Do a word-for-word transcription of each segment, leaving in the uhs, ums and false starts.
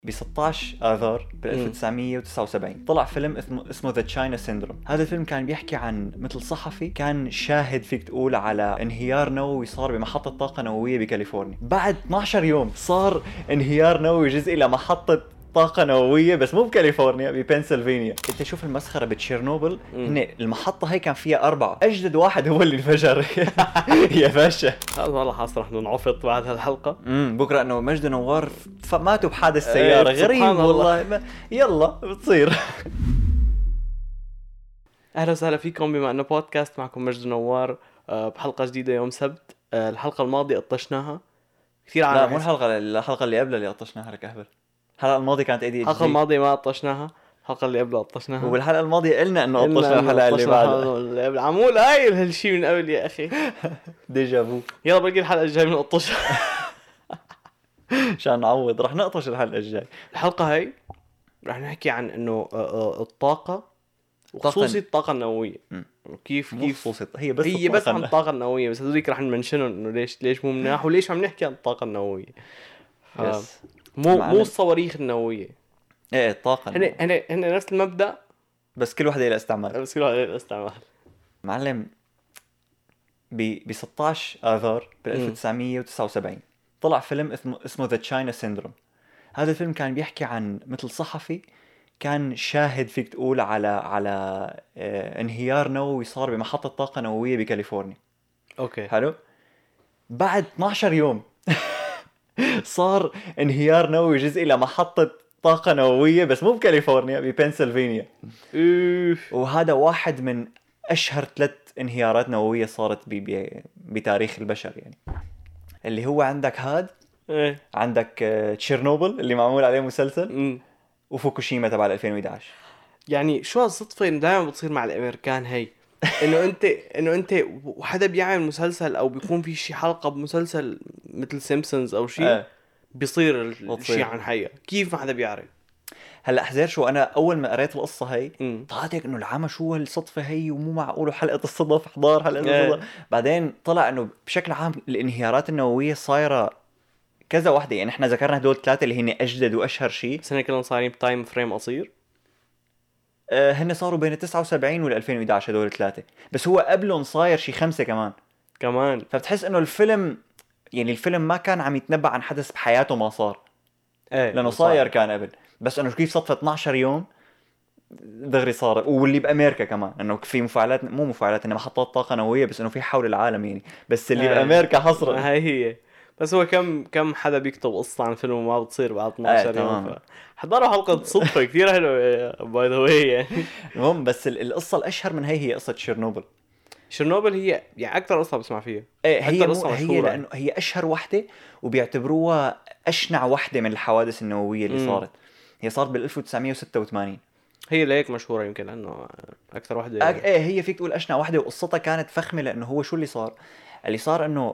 ب ستة عشر آذار بال ألف وتسعمية وتسعة وسبعين طلع فيلم اسمه اسمه ذا تشاينا سيندروم. هذا الفيلم كان بيحكي عن مثل صحفي كان شاهد فيك تقول على انهيار نووي صار بمحطة طاقة نووية بكاليفورنيا. بعد اثنا عشر يوم صار انهيار نووي جزئي لمحطة طاقة نووية بس مو بكاليفورنيا، ببنسلفانيا. انت شوف المسخرة بتشيرنوبل، هن المحطة هي كان فيها أربعة، أجدد واحد هو اللي انفجر. يا باشا هذا والله حاصل رح ننعفط بعد هالحلقة. امم بكرة انه مجد ونوار ماتوا بحادث سيارة. ايه غريب والله ما... يلا بتصير. اهلا وسهلا فيكم بما انه بودكاست معكم مجد ونوار بحلقة جديدة يوم سبت. الحلقة الماضية قطشناها كثير لا مو الحلقة الحلقة اللي قبلها اللي قطشناها لك أهبل. الحلقة الماضية كانت ايدي الحلقة الماضية ما قطشناها، الحلقة اللي قبلها قطشناها. وبالحلقة الماضية قلنا انه قطشنا الحلقة اللي بعدها. عمول قايل هالشي من قبل يا اخي. ديجافو. يلا بلقي الحلقة الجاية من قطشها. عشان نعوض رح نقطش الحلقة الجاي. الحلقة هاي رح نحكي عن انه الطاقة وخصوصي الطاقة النووية. م. كيف كيف خصوصي هي بس هي بس عن الطاقة النووية، بس هذوليك رح نمنشنهم انه ليش ليش مو مناح وليش عم نحكي عن الطاقة النووية. ف... مو مو الصواريخ النووية. ايه الطاقة هن هن هن نفس المبدأ بس كل واحدة لها استعمال. بس كل واحدة لها استعمال. معلم ب ب ستة عشر آذار بال ألف وتسعمية وتسعة وسبعين طلع فيلم اسمه اسمه ذا تشاينا سيندروم. هذا الفيلم كان بيحكي عن مثل صحفي كان شاهد فيك تقول على على اه انهيار نووي صار بمحطة طاقة نووية بكاليفورنيا. اوكي حلو. بعد اثنا عشر يوم صار انهيار نووي جزئي لمحطة طاقة نووية بس مو بكاليفورنيا، ببنسلفانيا. وهذا واحد من أشهر ثلاث انهيارات نووية صارت بتاريخ البشر يعني. اللي هو عندك هاد إيه؟ عندك تشيرنوبل اللي معمول عليه مسلسل م. وفوكوشيما تبع ألفين وإحدى عشر. يعني شو هالصدفة إنه دائما بتصير مع الأمريكان هاي إنه أنت إنه أنت وحدا بيعمل مسلسل أو بيكون في شي حلقة بمسلسل مثل سيمبسونز أو شيء آه. بيصير الشيء عن حقيقة. كيف ما حدا بيعرف. هلا حزير شو انا اول ما قريت القصه هي طلعت هيك انه العمى شو هالصدفه هي ومو معقول حلقه الصدف احضار حلقه الصدف. بعدين طلع انه بشكل عام الانهيارات النوويه صايره كذا وحده يعني. احنا ذكرنا هدول ثلاثه اللي هن اجدد واشهر شيء، بس هن كلهم صارين بتايم فريم قصير. أه هن صاروا بين تسعة وسبعين وال ألفين وإحدى عشر هدول ثلاثه، بس هو قبلهم صاير شيء خمسه كمان كمان. فبتحس انه الفيلم يعني الفيلم ما كان عم يتنبأ عن حدث بحياته ما صار. ايه لانه صاير كان قبل، بس انه كيف صدفه اثنا عشر يوم دغري صار. واللي بامريكا كمان انه في مفاعلات مو مفاعلات انه محطات طاقه نوويه بس انه في حول العالم يعني، بس اللي ايه. بامريكا حصرا. هاي هي. بس هو كم كم حدا بيكتب قصه عن فيلم وما بتصير بعد اثنا عشر ايه يوم. حضروا حلقه صدفه كثير حلوه باي ذا واي يعني. المهم بس القصه الاشهر من هي هي قصه تشيرنوبل. تشيرنوبل هي يعني اكثر قصه بسمع فيها. ايه هي مو هي لانه هي اشهر وحده وبيعتبروها اشنع وحده من الحوادث النوويه اللي م. صارت. هي صارت بال ألف وتسعمية وستة وثمانين. هي ليك مشهوره يمكن لانه اكثر وحده. أك... ايه هي فيك تقول اشنع وحده وقصتها كانت فخمه. لانه هو شو اللي صار اللي صار انه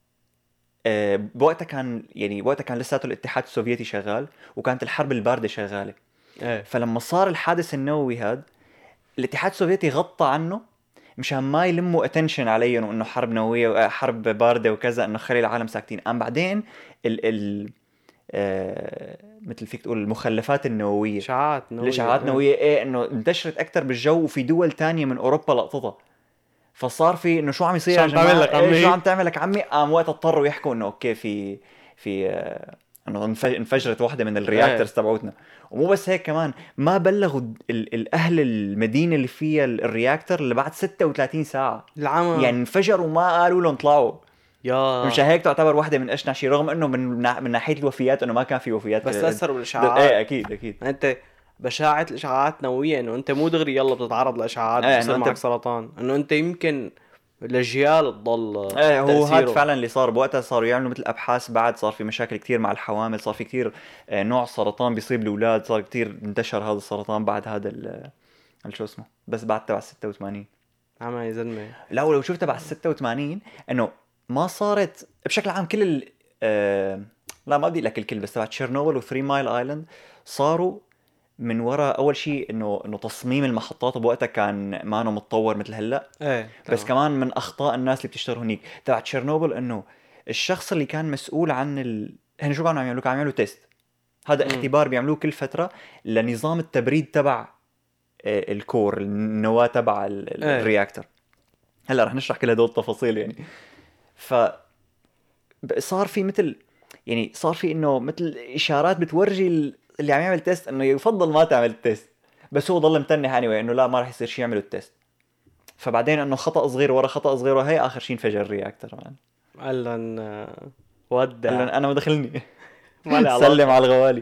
آه بوقتها كان يعني وقتها كان لساته الاتحاد السوفيتي شغال وكانت الحرب البارده شغاله. ايه. فلما صار الحادث النووي هذا الاتحاد السوفيتي غطى عنه مشان ما يلموا اتنشن عليه انه حرب نوويه حرب بارده وكذا، انه خلي العالم ساكتين. ام بعدين ال ال آه مثل فيك تقول المخلفات النوويه اشعاعات نوويه الاشعاعات النوويه ايه انه انتشرت اكثر بالجو وفي دول تانية من اوروبا لقطتها. فصار في انه شو عم يصير يا جماعه لك عمي؟ شو عم تعمل لك عمي؟ قام وقت اضطروا يحكوا انه اوكي في في آه انه انفجرت واحدة من الرياكتورز تبعوتنا. ومو بس هيك كمان ما بلغوا الاهل المدينه اللي فيها الرياكتور اللي بعد ستة وثلاثين ساعه العمى. يعني انفجروا وما قالوا لهم طلعوا. يا مش هيك تعتبر واحدة من اشنع شيء رغم انه من من ناحيه الوفيات انه ما كان في وفيات بس اثروا بالاشعاعات. ايه اكيد اكيد. انت بشاعه الاشعاعات النوويه انه انت مو دغري يلا بتتعرض لاشعاعات ايه بصير معك سرطان. انه انت يمكن الاجيال تضل. ايه هو هذا فعلا اللي صار بوقتها. صاروا يعملوا مثل ابحاث بعد صار في مشاكل كتير مع الحوامل. صار في كتير نوع سرطان بيصيب الاولاد. صار كتير انتشر هذا السرطان بعد هذا ال شو اسمه بس بعد تبع ستة وثمانين. عم يا زلمه لا ولو شفت تبع ستة وثمانين انه ما صارت بشكل عام كل ال آه لا ما بدي لك الكل بس تبع تشيرنوبل وثري مايل ايلاند صاروا من وراء اول شيء انه انه تصميم المحطات بوقتها كان ما انه متطور مثل هلا. ايه بس كمان من اخطاء الناس اللي بتشتغل هنيك تبع تشيرنوبل انه الشخص اللي كان مسؤول عن ال... هن شو كانوا عم يعملوا؟ كانوا عم يعملوا تيست هذا مم. اختبار بيعملوه كل فتره لنظام التبريد تبع آه، الكور، النواه تبع ال- ال- إيه. الرياكتور. هلا رح نشرح كل هدول التفاصيل يعني. ف صار في مثل يعني صار في انه مثل اشارات بتورجي ال- اللي عم يعمل تيست انه يفضل ما تعمل التيست، بس هو ضل متنح anyway انه لا ما راح يصير شيء يعملوا التيست. فبعدين انه خطا صغير ورا خطا صغير وهي اخر شيء انفجر الرياكتور. قال لن ودع قال انا ما دخلني ما له سلم علاقه. على الغوالي.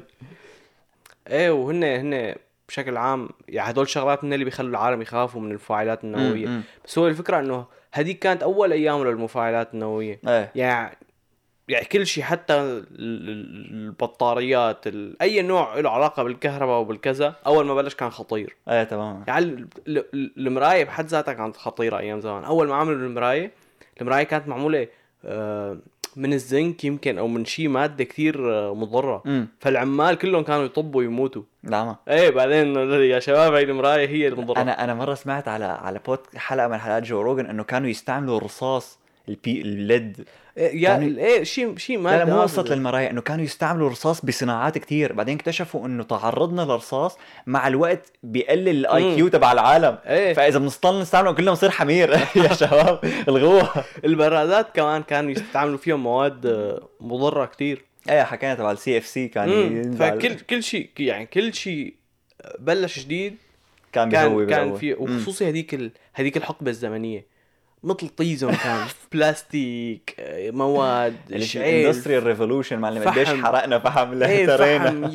ايه وهن هن بشكل عام يعني هدول شغلات من اللي بيخلوا العالم يخافوا من المفاعلات النوويه. م- م. بس هو الفكره انه هذيك كانت اول ايام للمفاعلات النوويه. ايه يعني يعني كل شيء حتى ال- ال- البطاريات ال... اي نوع له علاقه بالكهرباء وبالكذا اول ما بلش كان خطير. ايه تمام. يعني ال- ال- المرايه بحد ذاتها كانت خطيره ايام زمان. اول ما عملوا المرايه المرايه كانت معموله آه، من الزنك يمكن او من شيء ماده كثير آه، مضره. امم فالعمال كلهم كانوا يطبوا ويموتوا. نعم. ايه بعدين يا شباب هاي المرايه هي المضره. انا انا مره سمعت على على بود حلقه من حلقات جو روجن انه كانوا يستعملوا الرصاص البي الليد. إيه يا كانوا- ايه شيء شيء لا ماده لا مو ما قصة بدها- للمرايا، انه كانوا يستعملوا الرصاص بصناعات كتير، بعدين اكتشفوا انه تعرضنا للرصاص مع الوقت بيقلل الاي مم. كيو تبع العالم. ايه فاذا بنضل نستعمله كلنا بنصير حمير. يا شباب الغوها. البرادات كمان كانوا يستعملوا فيهم مواد آه، مضره كتير. ايه حكينا تبع السي اف سي كان مم. ينزل فكل كل شيء يعني كل شيء بلش جديد كان بيهوي كان كان بالأول. في مم. وخصوصي هذيك ال... هذيك الحقبه الزمنيه مثل طيزون كان بلاستيك آه، مواد شعير الاندستريال ريفولوشن معلم قديش فحم. حرقنا فحم ايه لهترينا. فحم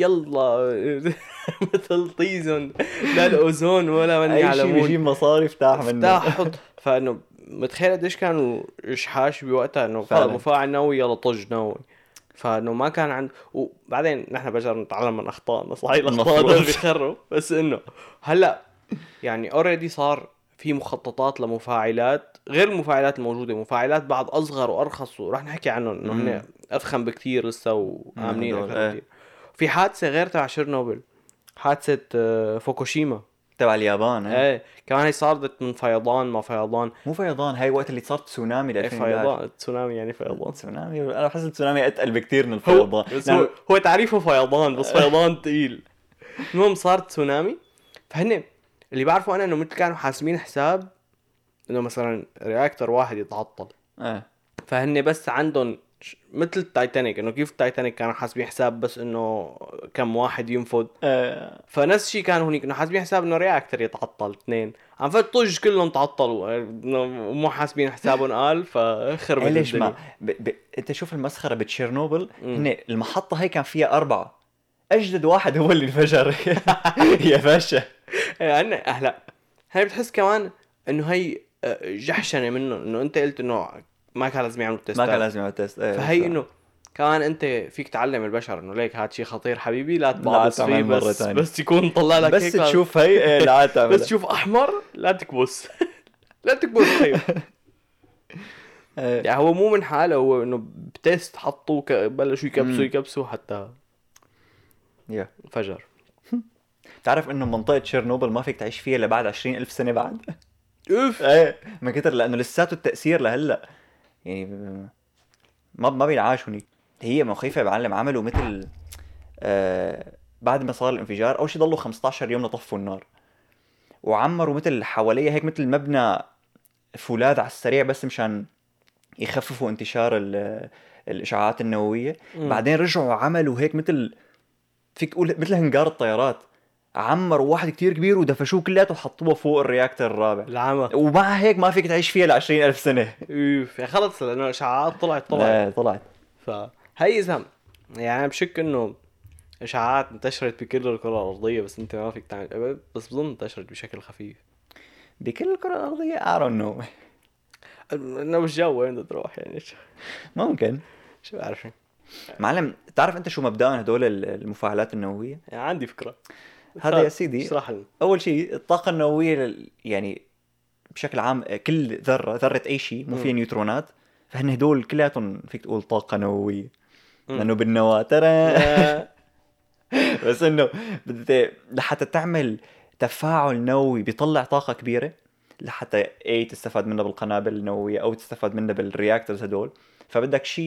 يلا مثل طيزون لا الاوزون ولا من اي شيء يعلمون بيجيب مصاري افتح منه. افتح حط. فانه متخيل قديش كانوا اشحاش بوقتها انه خلص فعلاً. مفاعل نووي يلا طج نووي. فانه ما كان عند وبعدين نحن بشر نتعلم من اخطائنا. صحيح الاخطاء المفروض. دول بيخروا بس انه هلا يعني اوريدي صار في مخططات لمفاعلات غير المفاعلات الموجوده مفاعلات بعد اصغر وارخص وراح نحكي عنهم انه مم. هن افخم بكتير لسه وامنين هدول، اكثر إيه. بكتير. في حادثه غير تبع شيرنوبل حادثه آه، فوكوشيما. تبع اليابان. ايه ايه كمان هي صارت من فيضان ما فيضان. مو فيضان، هاي وقت اللي صار تسونامي ل ايه ألفين وإحدى عشر. فيضان تسونامي يعني فيضان. تسونامي انا بحس التسونامي اتقل بكتير من هو الفيضان. بس نعم. هو, هو تعريفه فيضان بس فيضان تقيل. المهم صار تسونامي. فهن اللي بعرفه انا انه مثل كانوا حاسمين حساب انه مثلا رياكتور واحد يتعطل. ايه فهن بس عندهم ش- مثل التايتانيك انه كيف التايتانيك كانوا حاسبين حساب بس انه كم واحد ينفذ. ايه فنفس الشيء كانوا هنيك انه حاسبين حساب انه رياكتور يتعطل اثنين عم فطج كلهم تعطلوا انه مو حاسبين حسابهم قال فخربت إيه ليش الدنيا. ما ب... ب... انت شوف المسخره بتشيرنوبل. مم. هن المحطه هي كان فيها اربعه، اجدد واحد هو اللي انفجر. يا باشا يعني هلا هي بتحس كمان انه هي آه، جحشنه منه انه انت قلت انه ما كان لازم يعملوا ما تيستات. كان لازم يعمل تيست. ايه فهي بس- انه كمان انت فيك تعلم البشر انه ليك هاد شيء خطير حبيبي لا لا تبعبص تعمل فيه مرة بس تانية. بس يكون طلع لك بس هيك تشوف هي ايه لا تعمل. بس تشوف احمر لا تكبس. لا تكبس طيب. ايه. يعني هو مو من حاله هو انه بتست حطوا ك- بلشوا يكبسوا مم. يكبسوا حتى يا فجر. تعرف انه منطقه تشيرنوبل ما فيك تعيش فيها لبعد عشرين ألف سنه بعد. اوف ايه من كتر لانه لساته التاثير لهلا يعني ب- ما ما بينعاش هنيك. هي مخيفه يا معلم. عملوا مثل آه بعد ما صار الانفجار اول شيء ضلوا خمسة عشر يوم لطفوا النار، وعمروا مثل حواليه هيك مثل مبنى فولاذ على السريع بس مشان يخففوا انتشار ال- الاشعاعات النوويه. مم. بعدين رجعوا عملوا هيك مثل فيك تقول مثل هنجار الطيارات، عمروا واحد كتير كبير ودفشوه كلياته وحطوه فوق الرياكتور الرابع، العمى ومع هيك ما فيك تعيش فيها لعشرين ألف سنة. اوف يعني خلص لانه الاشعاعات طلعت طلعت. لا طلعت. فهي اذا يعني انا بشك انه اشعاعات انتشرت بكل الكره الارضيه بس انت ما فيك تعمل بس بظن انتشرت بشكل خفيف. بكل الكرة الأرضية I don't know. انه بالجو وين بدها تروح يعني شو- ممكن. شو بعرف معلم تعرف أنت شو مبدأ هدول المفاعلات النووية؟ يعني عندي فكره. هذا يا سيدي اشرح لنا. أول شيء الطاقة النووية لل- يعني بشكل عام كل ذرة ذرة أي شيء مو فيها نيوترونات، فهن هدول كلياتهم فيك تقول طاقة نووية مم. لأنه بالنواة ترى. آه، بس إنه بدك لحتى تعمل تفاعل نووي بيطلع طاقة كبيرة لحتى اي تستفاد منها بالقنابل النووية او تستفاد منها بالرياكتورز هدول، فبدك شيء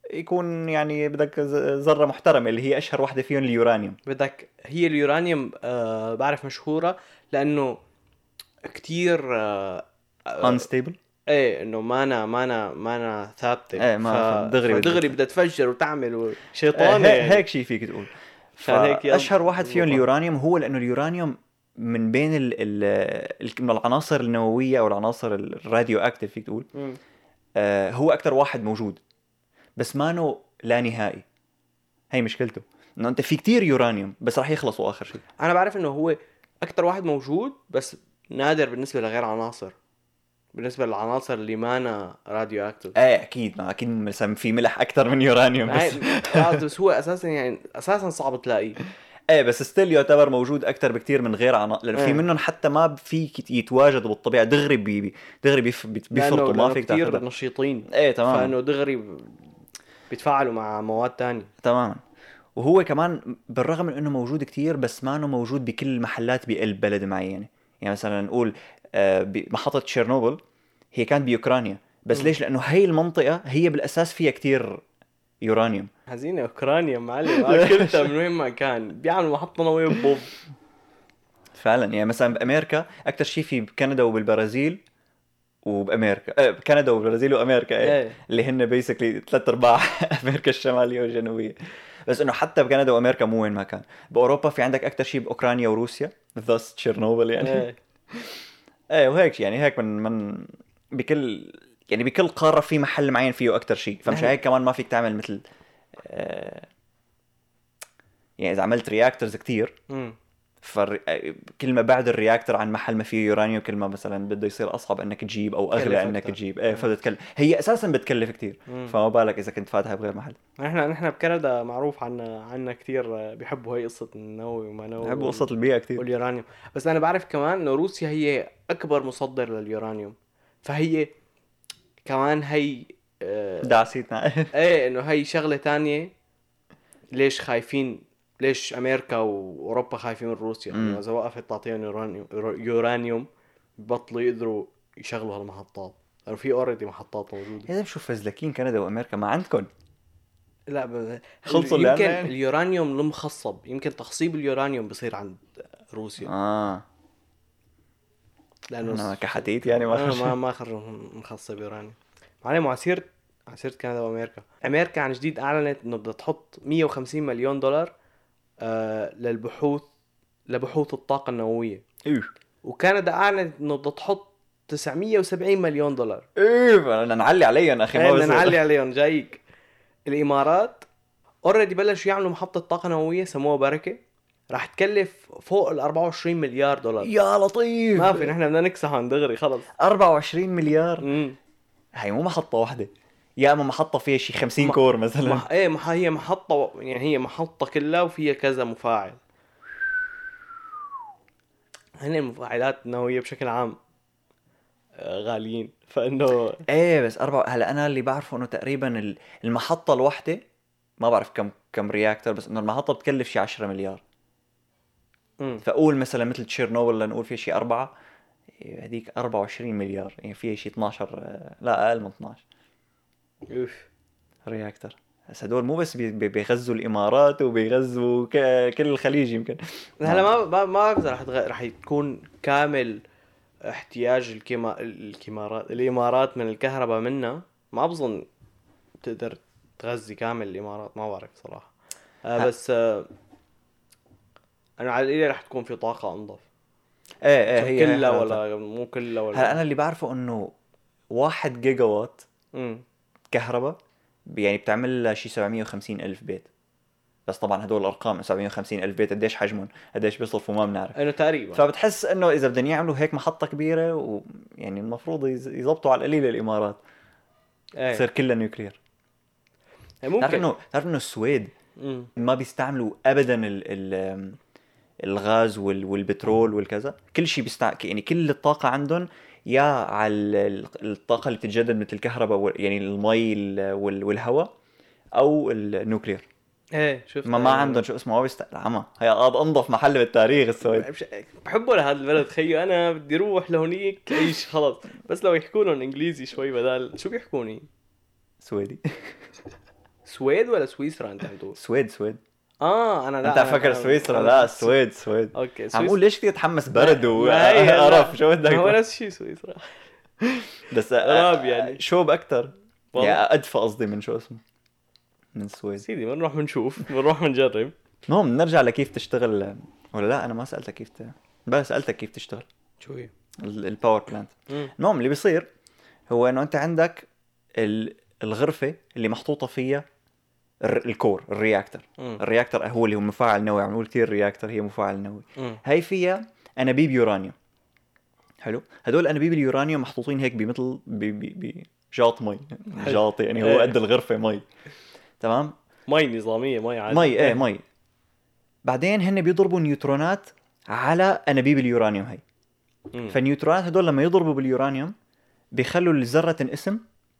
يكون يعني بدك ز- ذره محترمه اللي هي اشهر واحده فيهم اليورانيوم. بدك هي اليورانيوم آه بعرف مشهورة لأنه كتير آه آه unstable. ايه انه مانا مانا مانا ثابتة. ايه ف... ما دغري فدغري بدها بدها تفجر وتعمل آه، شيطانة هي- يعني. هيك شيء فيك تقول. عشان هيك فاشهر واحد فيهم يضبطها. اليورانيوم، هو لانه اليورانيوم من بين ال ال ال- من العناصر النوويه او العناصر الراديو اكتيف فيك تقول. مم. آه هو اكثر واحد موجود، بس مانو لا نهائي. هي مشكلته انه انت في كتير يورانيوم بس راح يخلصوا اخر شيء. انا بعرف انه هو اكتر واحد موجود بس نادر بالنسبة لغير عناصر، بالنسبة للعناصر اللي مانا راديو اكتيف. ايه اكيد، ما اكيد مثلا في ملح اكثر من يورانيوم بس. هاي- بس هو اساسا يعني اساسا صعب تلاقيه. ايه بس ستيل يعتبر موجود اكثر بكتير من غير عناصر، لانه في إيه. منهم حتى ما فيك يتواجدوا بالطبيعه، دغري بي بي- دغري بيف- بيت- بيفرطوا، لانه ما لانه فيك كتير تاخذها. نشيطين. ايه تمام فانه دغري بيتفاعلوا مع مواد تانية. تماما. وهو كمان بالرغم من انه موجود كتير بس ما انه موجود بكل محلات بقلب بلد معينه. يعني مثلا نقول آه، بمحطه تشيرنوبل هي كانت باوكرانيا، بس م. ليش؟ لانه هي المنطقه هي بالاساس فيها كتير يورانيوم. حزينة اوكرانيا معلم، اكلتها من وين ما كان بيعملوا محطة نووية ببوب. فعلا يعني مثلا بامريكا اكثر شيء في بكندا وبالبرازيل وبامريكا، آه بكندا والبرازيل وامريكا ايه. ايه. اللي هن بيسكلي ثلاث ارباع امريكا الشماليه والجنوبيه. بس انه حتى بكندا وامريكا مو وين ما كان. باوروبا في عندك اكثر شيء باوكرانيا وروسيا، ذس تشيرنوبل يعني. ايه. ايه وهيك يعني هيك من من بكل يعني بكل قاره في محل معين فيه اكثر شيء، فمش نحن- هيك كمان ما فيك تعمل مثل آه يعني اذا عملت رياكتورز كتير، مم. فكل ما بعد الرياكتور عن محل ما فيه يورانيوم كل ما مثلا بده يصير اصعب انك تجيب او اغلى كلف انك أكتر. تجيب. ايه مم. فبتكلف، هي اساسا بتكلف كتير، مم. فما بالك اذا كنت فاتحها بغير محل. نحن نحن بكندا معروف عنا عنا كثير بيحبوا هي قصة النووي وما نووي. بحب قصه البيئه كتير. واليورانيوم. بس انا بعرف كمان انه روسيا هي اكبر مصدر لليورانيوم، فهي كمان هي آه، دعسيتنا. ايه انه هي شغلة تانية. ليش خايفين؟ ليش امريكا واوروبا خايفين من روسيا؟ مم. يعني اذا وقفت تعطيهم يورانيوم يورانيوم بطلوا يقدروا يشغلوا هالمحطات، لانه في اوريدي محطات موجودة. اذا بشوف فزلكين كندا وامريكا ما عندكم. لا ب... خلصوا يمكن اللي عنا. اليورانيوم المخصب، يمكن تخصيب اليورانيوم بصير عند روسيا. اه لانه انا كحتيت يعني ما ما خرج. ما ما خرجوا مخصب يورانيوم. معلم وعسيرة عسيرة كندا وامريكا. امريكا عن جديد اعلنت انه بدها تحط مية وخمسين مليون دولار آه للبحوث لبحوث الطاقة النووية. ايه وكندا اعلنت انه بدها تحط تسعمية وسبعين مليون دولار. ايه بدنا نعلي عليهم اخي، ما ايه بدنا بصير. نعلي عليهم. جايك الامارات اوريدي بلشوا يعملوا محطة طاقة نووية سموها بركة، راح تكلف فوق ال أربعة وعشرين مليار دولار. يا لطيف. ما في، نحن بدنا نكسحهم دغري خلص. أربعة وعشرين مليار. امم هي مو محطة واحدة، يا اما محطة فيها شي خمسين ما- كور مثلا. مح... ايه مح... هي محطة، يعني هي محطة كلها وفيها كذا مفاعل. هن المفاعلات النووية بشكل عام آه، غاليين، فانه ايه بس أربعة. هلا انا اللي بعرفه انه تقريبا ال- المحطة الواحدة ما بعرف كم كم رياكتور، بس انه المحطة بتكلف شي عشرة مليار. مم. فاقول مثلا مثل تشيرنوبل لنقول فيها شي أربعة، إيه، هذيك أربعة وعشرين مليار، يعني فيها شي اثناشر، آه، لا اقل من اثناشر اوف. رياكتور. بس هدول مو بس بي- بي- بيغزوا الامارات وبيغزوا ك- كل الخليج يمكن. هلا ما ما ما بعرف إذا رح تغ... رح تكون كامل احتياج الكما... الكمارات الامارات من الكهرباء منا. ما بظن تقدر تغذي كامل الامارات، ما بعرف صراحة. آه ها. بس آه انا على القليل رح تكون في طاقة انظف. ايه ايه هي كلها هي ولا مو كلها ولا. هلا انا اللي بعرفه انه واحد جيجا وات امم كهرباء يعني بتعمل لها شي سبعمية وخمسين الف بيت. بس طبعا هدول الارقام سبعمية وخمسين الف بيت قديش حجمهم قديش بيصرفوا ما بنعرف. انه تقريبا. فبتحس انه اذا بدهم يعملوا هيك محطة كبيرة ويعني المفروض يز- يزبطوا على القليل الامارات ايه تصير كلها نيوكلير. إيه تعرف ممكن. انه تعرف انه السويد مم. ما بيستعملوا ابدا ال ال الغاز وال والبترول والكذا، كل شيء بيستع يعني كل الطاقة عندهم يا على ال- الطاقة اللي تتجدد مثل الكهرباء وال- يعني المي ال- وال والهواء او النوكلير. ايه شفت. ما ما عندهم شو اسمه، ما بيستعملوا عمى. هي هذا انظف محل بالتاريخ السويد. مش- بحبه لهذا البلد. خيو انا بدي اروح لهونيك اعيش خلص، بس لو يحكوا لهم انجليزي شوي بدال شو بيحكوني. سويدي. سويد ولا سويسرا انت عم تقول؟ سويد سويد اه انا لا انت أنا فكر فاهم. سويسرا؟ أنا لا سو- سويد سويد. اوكي عم سويسرا. اقول ليش كثير تحمس برد ما هي- لا. وقرف شو بدك ما هو تقول؟ نفس الشيء سويسرا. بس غراب يعني. شوب اكثر والله. يعني ادفى قصدي من شو اسمه من السويد. سيدي بنروح بنشوف بنروح بنجرب. المهم نرجع لكيف تشتغل ولا لا. انا ما سالتك كيف ت... بس سالتك كيف تشتغل شو هي؟ ال- الباور بلانت. مم. المهم اللي بيصير هو انه انت عندك ال- الغرفه اللي محطوطه فيها الر- الكور الرياكتور. مم. الرياكتور هو اللي هو مفاعل نووي. عم نقول كثير رياكتور هي مفاعل نووي. مم. هاي فيها انابيب يورانيوم. حلو. هدول انابيب اليورانيوم محطوطين هيك بمثل بجاط مي جاط يعني هو إيه. قد الغرفه مي. تمام. مي نظاميه مي عادي. مي ايه مي. بعدين هن بيضربوا نيوترونات على انابيب اليورانيوم هاي. مم. فالنيوترونات هدول لما يضربوا باليورانيوم بيخلوا الذره تنقسم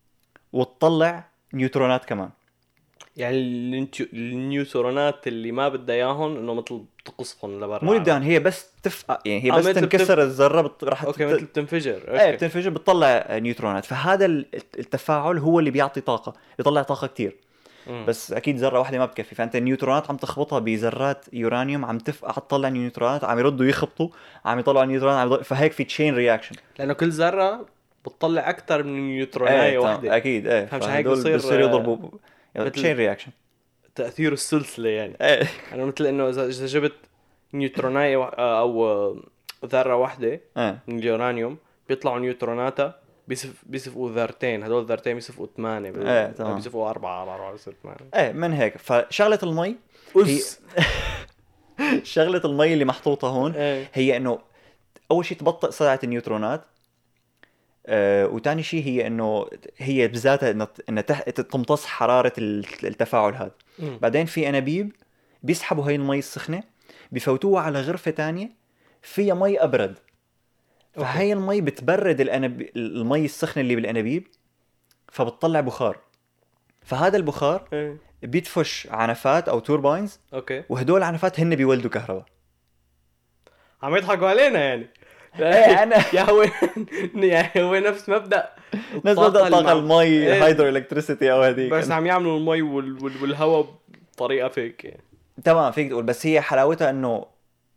وتطلع نيوترونات كمان. يعني النيوتو- النيوترونات اللي ما بدها اياهم انه مثل بتقصفهم لبرا. مو بدهم هي بس تف يعني هي آه، بس مثل تنكسر الذره بت... راح اوكي تت... مثل بتنفجر. ايه اوكي. بتنفجر بتطلع نيوترونات. فهذا ال- التفاعل هو اللي بيعطي طاقه. بيطلع طاقه كتير. مم. بس اكيد ذره واحده ما بكفي. فانت النيوترونات عم تخبطها بذرات يورانيوم عم تفقع تطلع نيوترونات عم يردوا يخبطوا عم يطلعوا نيوترونات عم يضل... فهيك في تشين رياكشن. لانه كل ذره بتطلع اكثر من نيوترونايه ايه تمام، واحده. اكيد ايه. فهمت هيك فهدول بصير، بصير يضربوا مثل- تشين رياكشن. تاثير السلسله يعني. ايه انا مثل انه اذا اذا جبت نيوترونايه وا- او ذره واحده ايه من اليورانيوم بيطلعوا نيوتروناتها بيصف بيصفوا ذرتين. هدول الذرتين بيصفوا ثمانية. إيه، تمام. بيصفوا أربعة أربعة بيصير ثمانية. ايه من هيك. فشغله المي أس. شغله المي اللي محطوطه هون إيه. هي انه اول شيء تبطئ سرعه النيوترونات. آه وثاني شيء هي انه هي بذاتها انها انها تح... تمتص حراره التفاعل هذا. مم. بعدين في انابيب بيسحبوا هاي المي السخنه بفوتوها على غرفه تانية فيها مي ابرد. فهي المي بتبرد الأنب... المي السخنه اللي بالانابيب فبتطلع بخار. فهذا البخار إيه. بيدفش عنفات او تورباينز اوكي. وهدول العنفات هن بيولدوا كهرباء. عم يضحكوا علينا يعني. ايه انا يا هو يعني هو نفس مبدأ نزل الطاقه اللي مع- المي إيه. هيدرو الكتريسيتي او هذيك. بس عم يعملوا المي وال... وال... والهواء بطريقه فيك يعني. تمام فيك تقول. بس هي حلاوتها انه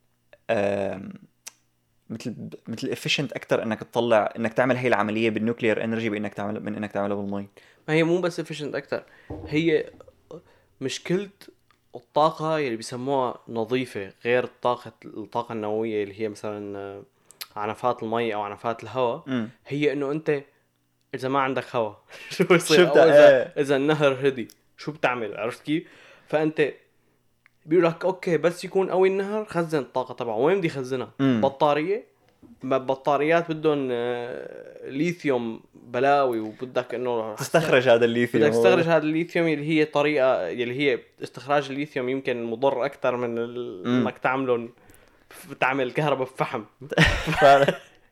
آم، مثل مثل efficient اكثر انك تطلع انك تعمل هي العمليه بالنوكليير انرجي بانك تعمل من انك تعملها بالمي. ما هي مو بس efficient اكثر. هي مشكلة الطاقة اللي بيسموها نظيفة غير الطاقة الطاقة النووية اللي هي مثلا آه، عنفات المي او عنفات الهواء. امم هي انه انت اذا ما عندك هواء شو بيصير؟ شو أو بتع- اذا إيه. اذا النهر هدي شو بتعمل؟ عرفت كيف؟ فانت بيقول لك اوكي بس يكون قوي النهر خزن الطاقة تبعه. وين بدي يخزنها؟ مم. بطارية. ب- بطاريات بدهم آه، ليثيوم بلاوي وبدك انه تستخرج هذا الليثيوم. بدك تستخرج هذا الليثيوم اللي هي طريقة اللي هي استخراج الليثيوم يمكن مضر اكثر من ال... مم. انك تعملهم تعمل كهرباء بفحم. ف-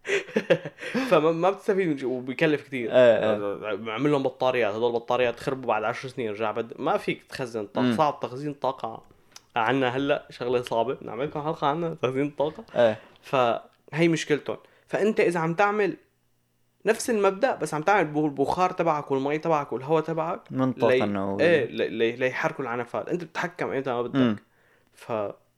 فما ما بتستفيد من شيء وبيكلف كثير. إيه، عمل لهم بطاريات. هدول البطاريات تخربوا بعد عشر سنين رجع بد... ما فيك تخزن طاقة. مم. صعب تخزين طاقة عنا هلا شغلة صعبة. نعمل لكم حلقة عنها تخزين الطاقة. ايه فهي مشكلتهم. فانت اذا عم تعمل نفس المبدأ بس عم تعمل البخار تبعك والمي تبعك والهواء تبعك من الطاقه لي... النوويه. ايه لي... لي... ليحركوا العنفات. انت بتتحكم ايمتى ما بدك. مم. ف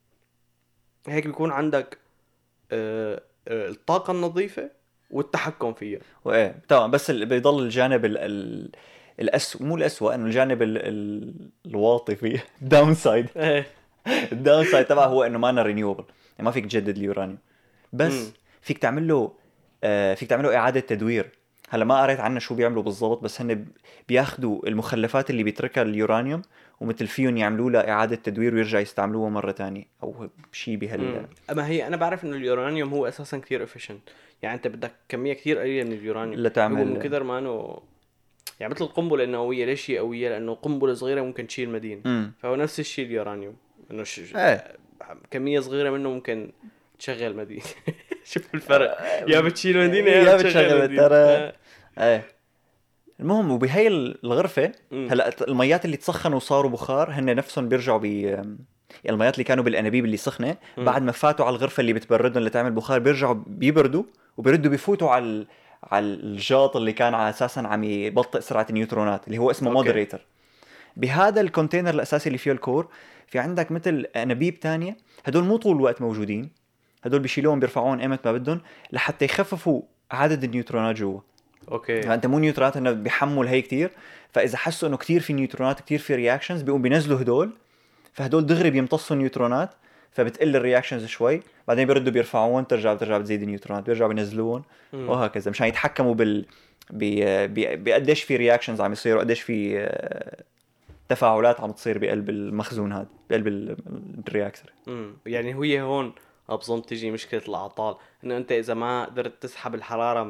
هيك بيكون عندك آه... آه... الطاقة النظيفة والتحكم فيها. وايه تمام. بس ال- بيضل الجانب ال... ال... الأسوأ مو الأسوأ انه الجانب ال... ال... الواطي فيه داون سايد. ايه الداون سايد تبعه هو انه ما رينيوبل يعني ما فيك تجدد اليورانيوم. بس مم. فيك تعمل له آه فيك تعمل له اعاده تدوير. هلا ما قريت عنه شو بيعملوا بالضبط بس هن بياخذوا المخلفات اللي بيتركها اليورانيوم ومثل فيهم يعملوا لها اعاده تدوير ويرجع يستعملوها مره تانية او شيء بهال. مم. اما هي انا بعرف انه اليورانيوم هو اساسا كثير efficient. يعني انت بدك كميه كثير قليله من اليورانيوم لتعمل- هو من كثر ما انه يعني مثل القنبله النوويه. ليش هي قويه؟ لانه قنبله صغيره ممكن تشيل مدينه. امم فهو نفس الشيء اليورانيوم انه ش... ايه كميه صغيره منه ممكن تشغل مدينه. شوف الفرق. يا بتشيل مدينه يا يا بتشغل بتشغل مدينه. ترى. آه. ايه المهم وبهي الغرفه مم. هلا الميات اللي تسخنوا وصاروا بخار هن نفسهم بيرجعوا بي يعني الميات اللي كانوا بالانابيب اللي سخنه مم. بعد ما فاتوا على الغرفه اللي بتبردهم اللي تعمل بخار بيرجعوا بيبردوا وبيردوا بيفوتوا على ال... على الجاط اللي كان على اساسا عم يبطئ سرعه النيوترونات اللي هو اسمه أوكي. مودريتر. بهذا الكونتينر الاساسي اللي فيه الكور في عندك مثل انابيب تانية، هدول مو طول الوقت موجودين، هدول بيشيلوهم بيرفعوهم ايمت ما بدهم لحتى يخففوا عدد النيوترونات جوا. اوكي فانت مو نيوترونات انه بيحمل هي كتير، فاذا حسوا انه كتير في نيوترونات كتير في رياكشنز بيقوم بينزلوا هدول، فهدول دغري بيمتصوا نيوترونات فبتقل الرياكشنز شوي، بعدين بيردوا بيرفعوهم ترجع بترجع بتزيد النيوترونات، بيرجعوا بينزلوهم وهكذا مشان يتحكموا بال بقديش في رياكشنز عم يصيروا، قديش في تفاعلات عم تصير بقلب المخزون هذا بقلب الرياكتور. امم يعني هي هون ابظن تيجي مشكله الاعطال، انه انت اذا ما قدرت تسحب الحراره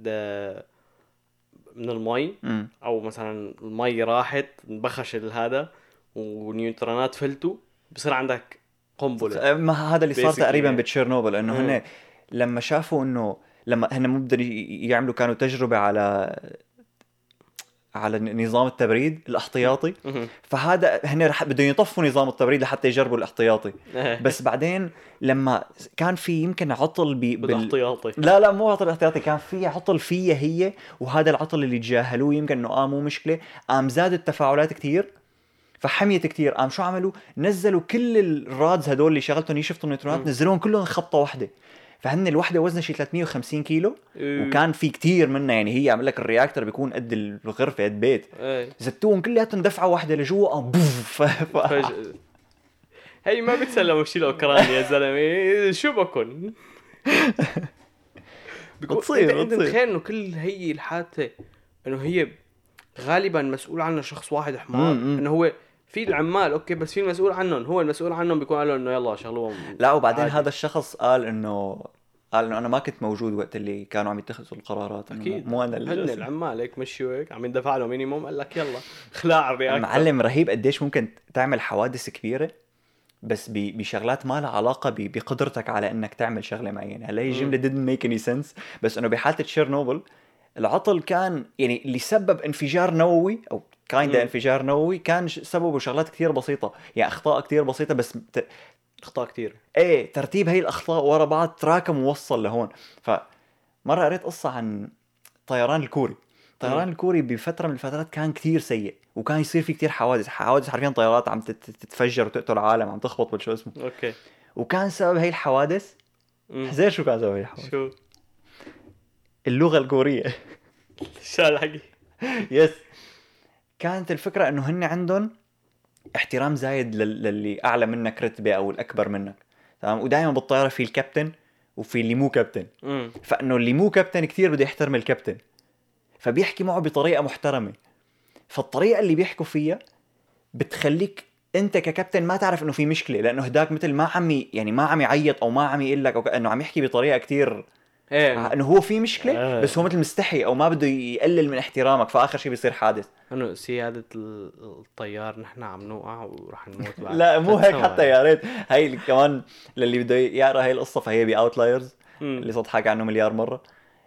من المي مم. او مثلا المي راحت انبخش هذا ونيوترونات فلتوا، بصير عندك قنبله. ما هذا اللي صار تقريبا يعني. بتشيرنوبل، انه هن لما شافوا انه لما هن مو بدهم يعملوا كانوا تجربه على على نظام التبريد الاحتياطي، فهذا هن رح بدهم يطفوا نظام التبريد لحتى يجربوا الاحتياطي. بس بعدين لما كان في يمكن عطل بي بالاحتياطي بال... لا لا مو عطل احتياطي، كان في عطل فيها هي، وهذا العطل اللي تجاهلوه يمكن انه اه مو مشكله، قام زادت التفاعلات كتير فحميت كتير، قام شو عملوا نزلوا كل الرادز هدول اللي شغلتهم يشفطوا النيوترونات نزلوهم كلهم خبطه واحده، فهن الوحده وزنها شي ثلاثمية وخمسين كيلو وكان في كتير منها، يعني هي عمل لك الرياكتور بيكون قد الغرفه قد بيت، زتوهم كلياتهم دفعه واحده لجوا قام بوف ف... هي ما بتسلموا شيء الاوكراني يا زلمه شو بكون بتصير انت متخيل انه كل هي الحادثه انه هي غالبا مسؤول عنها شخص واحد حمار، انه هو في العمال اوكي بس في المسؤول عنهم، هو المسؤول عنهم بيكون قال له انه يلا شغلوهم. لا وبعدين عادي. هذا الشخص قال انه قال انه انا ما كنت موجود وقت اللي كانوا عم يتخذوا القرارات، اكيد مو انا اللي هن العمال هيك مشيوا هيك عم يندفع له مينيموم، قال لك يلا خلاع الرياكتور. معلم رهيب قديش ممكن تعمل حوادث كبيره بس بشغلات ما لها علاقه بقدرتك على انك تعمل شغله معينه. هلا هي الجمله didn't make any sense، بس انه بحاله تشيرنوبل العطل كان يعني اللي سبب انفجار نووي او كايندا انفجار نووي كان سببه شغلات كثير بسيطه، يعني اخطاء كثير بسيطه بس ت... اخطاء كثير ايه ترتيب هي الاخطاء ورا بعض تراكم ووصل لهون. فمره قريت قصه عن طيران الكوري، طيران الكوري بفتره من الفترات كان كثير سيء وكان يصير في كثير حوادث حوادث حرفيا طيارات عم تتفجر وتقتل العالم عم تخبط بالشو اسمه. اوكي وكان سبب هي الحوادث حزير شو كان سبب هي الحوادث؟ شو اللغه الكوريه شو الحكي يس كانت الفكره انه هن عندهم احترام زايد للي اعلى منك رتبه او الاكبر منك، تمام؟ ودائما بالطياره في الكابتن وفي اللي مو كابتن، مم. فانه اللي مو كابتن كثير بده يحترم الكابتن، فبيحكي معه بطريقه محترمه، فالطريقه اللي بيحكوا فيها بتخليك انت ككابتن ما تعرف انه في مشكله، لانه هداك مثل ما عم يعني ما عم يعيط او ما عم يقول لك انه عم يحكي بطريقه كثير ايه انه هو في مشكله ايه. بس هو مثل مستحي او ما بده يقلل من احترامك، فاخر شيء بيصير حادث. انه سياده الطيار نحن عم نوقع وراح نموت بعد. لا مو هيك حتى، يا ريت هي كمان للي بده يقرا هي القصه فهي باوتلايرز اللي صوت حكى عنه مليار مره.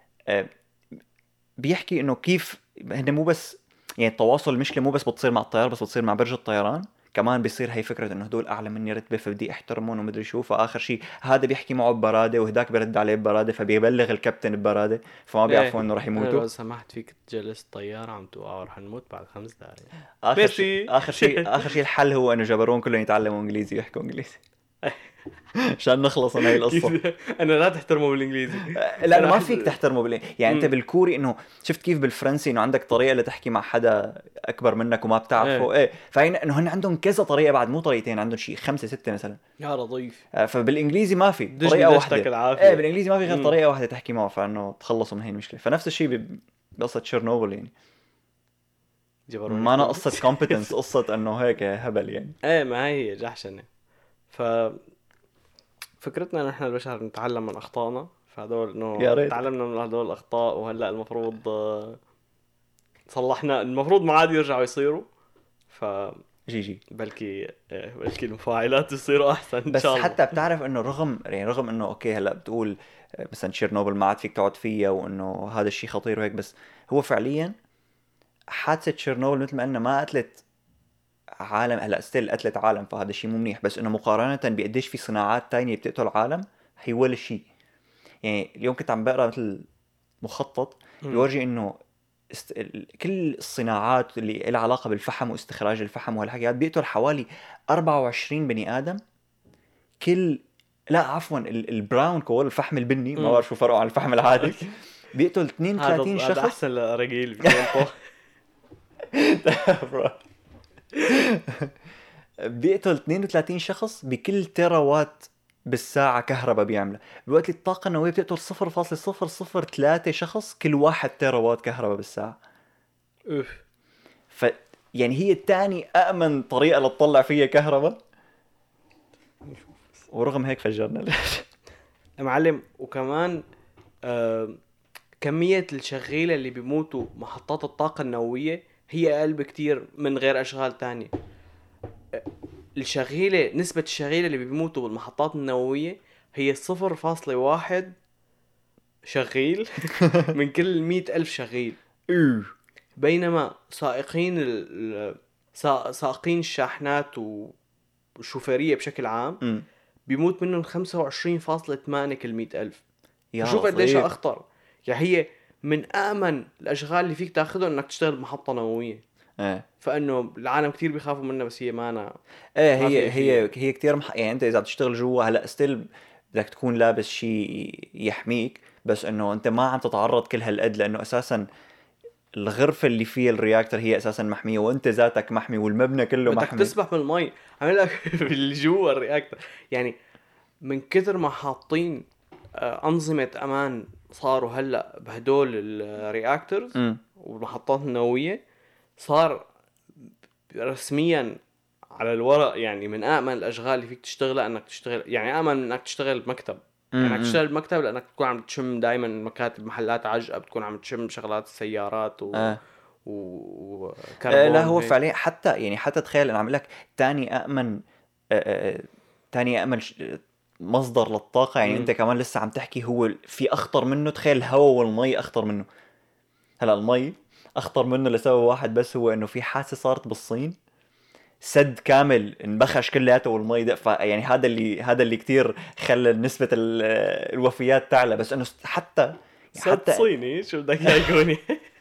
بيحكي انه كيف هن مو بس يعني التواصل المشكله مو بس بتصير مع الطيار بس بتصير مع برج الطيران كمان، بيصير هي فكره انه هدول اعلى مني رتبه فبدي احترمهم ومدري شو، فاخر شيء هذا بيحكي معه ببراده وهداك بيرد عليه ببراده فبيبلغ الكابتن ببراده، فما بيعرفوا انه راح يموتوا. لو سمحت فيك تجلس الطياره عم توقع ورح نموت بعد خمس دقائق. اخر شيء اخر شيء اخر شيء الحل هو انه جبرون كلهم يتعلموا انجليزي ويحكوا انجليزي عشان نخلص من هاي القصه. انا لا تحترمه بالانجليزي، لا ما فيك تحترمه بالانجليزي، يعني انت بالكوري انه شفت كيف بالفرنسي انه عندك طريقه لتحكي مع حدا اكبر منك وما بتعرفه ايه, ايه. فهين انه هن عندهم كذا طريقه بعد مو طريقتين، عندهم شيء خمسه سته مثلا يا لطيف. فبالانجليزي ما في طريقه واحده ايه بالانجليزي ما في غير طريقه واحده تحكي معه فانه تخلصوا من هي المشكله. فنفس الشيء بقصه تشيرنوبل يعني ما انا قصه كومبتنس قصه انه هيك هبل يعني. ايه ما هي جحشنه. ف فكرتنا نحن البشر نتعلم من اخطائنا، فهدول انه تعلمنا من هدول الاخطاء وهلا المفروض صلحنا، المفروض ما عاد يرجعوا يصيروا، ف جي جي بلكي بلكي المفاعلات يصيروا احسن ان بس شاء الله. حتى بتعرف انه رغم يعني رغم انه اوكي هلا بتقول مثلا تشيرنوبل ما عاد فيك تقعد فيها وانه هذا الشيء خطير وهيك، بس هو فعليا حادثه تشيرنوبل مثل ما قلنا ما قتلت عالم، هلا ستيل قتلت عالم فهذا الشيء مو منيح، بس انه مقارنه بقديش في صناعات تانية بتقتل عالم هي ولا شيء. يعني اليوم كنت عم بقرا مثل مخطط بيورجي انه است... ال- كل الصناعات اللي لها علاقة بالفحم واستخراج الفحم وهالحكيات بيقتل حوالي أربعة وعشرين بني آدم كل. لا عفوا ال- البراون كول، الفحم البني، ما امم بعرف شو فرقه عن الفحم العادي، بيقتل اثنين هذا وثلاثين هذا شخص. احسن لرجيل بيكون طه. بيقتل اثنين وثلاثين شخص بكل تيرا وات بالساعة كهرباء بيعملها، بوقت اللي الطاقة النووية بتقتل صفر فاصلة صفر صفر ثلاثة شخص كل واحد تيرا وات كهرباء بالساعة. اوف. ف يعني هي الثاني أأمن طريقة لتطلع فيها كهرباء، ورغم هيك فجرنا. ليش؟ يا معلم، وكمان آه كمية الشغيلة اللي بيموتوا محطات الطاقة النووية هي أقل بكتير من غير أشغال تانية. آه، الشغيلة نسبة الشغيلة اللي بيموتوا بالمحطات النووية هي صفر فاصلة واحد شغيل من كل مئة ألف شغيل. اوه بينما سائقين ال... ال- سا- سائقين الشاحنات و- والشوفيرية بشكل عام أمم. بيموت منهم خمسة وعشرين فاصلة ثمانية كل مئة ألف. يا فشوف قديش لطيف. أخطر. يعني هي من آمن الأشغال اللي فيك تاخذهم إنك تشتغل بمحطة نووية. ايه فإنه العالم كتير بيخافوا منها، بس هي مانا. ايه ما هي في هي في هي كثير مح... يعني انت اذا بتشتغل جوا هلا ستيل بدك تكون لابس شيء يحميك، بس انه انت ما عم تتعرض كل هالقد، لانه اساسا الغرفة اللي فيها الرياكتور هي اساسا محمية، وانت ذاتك محمي، والمبنى كله بدك محمي. تسبح بالمي. عامل لك اللي جوا الرياكتور. يعني من كثر ما حاطين آه، أنظمة أمان صاروا هلا بهدول الرياكتورز امم والمحطات النووية، صار رسميا على الورق يعني من آمن الأشغال اللي فيك تشتغلها إنك تشتغل. يعني آمن من إنك تشتغل بمكتب. يعني إنك امم تشتغل بمكتب لأنك بتكون عم تشم دائما مكاتب محلات عجقة، بتكون عم تشم شغلات السيارات و اه و- آه، لا وكربون هو وهيك. فعليا حتى يعني حتى تخيل انا عم لك تاني أأمن آه، آه، تاني أأمن ش- مصدر للطاقة، يعني انت امم كمان لسه عم تحكي هو في اخطر منه. تخيل الهواء والمي اخطر منه. هلا المي اخطر منه لسبب واحد بس، هو انه في حادثة صارت بالصين، سد كامل انبخش كلياته والمي دق. يعني هذا اللي هذا اللي كتير خلى نسبة ال- الوفيات تعلى. بس انه حتى صد حتى صيني شو بدك يقولي.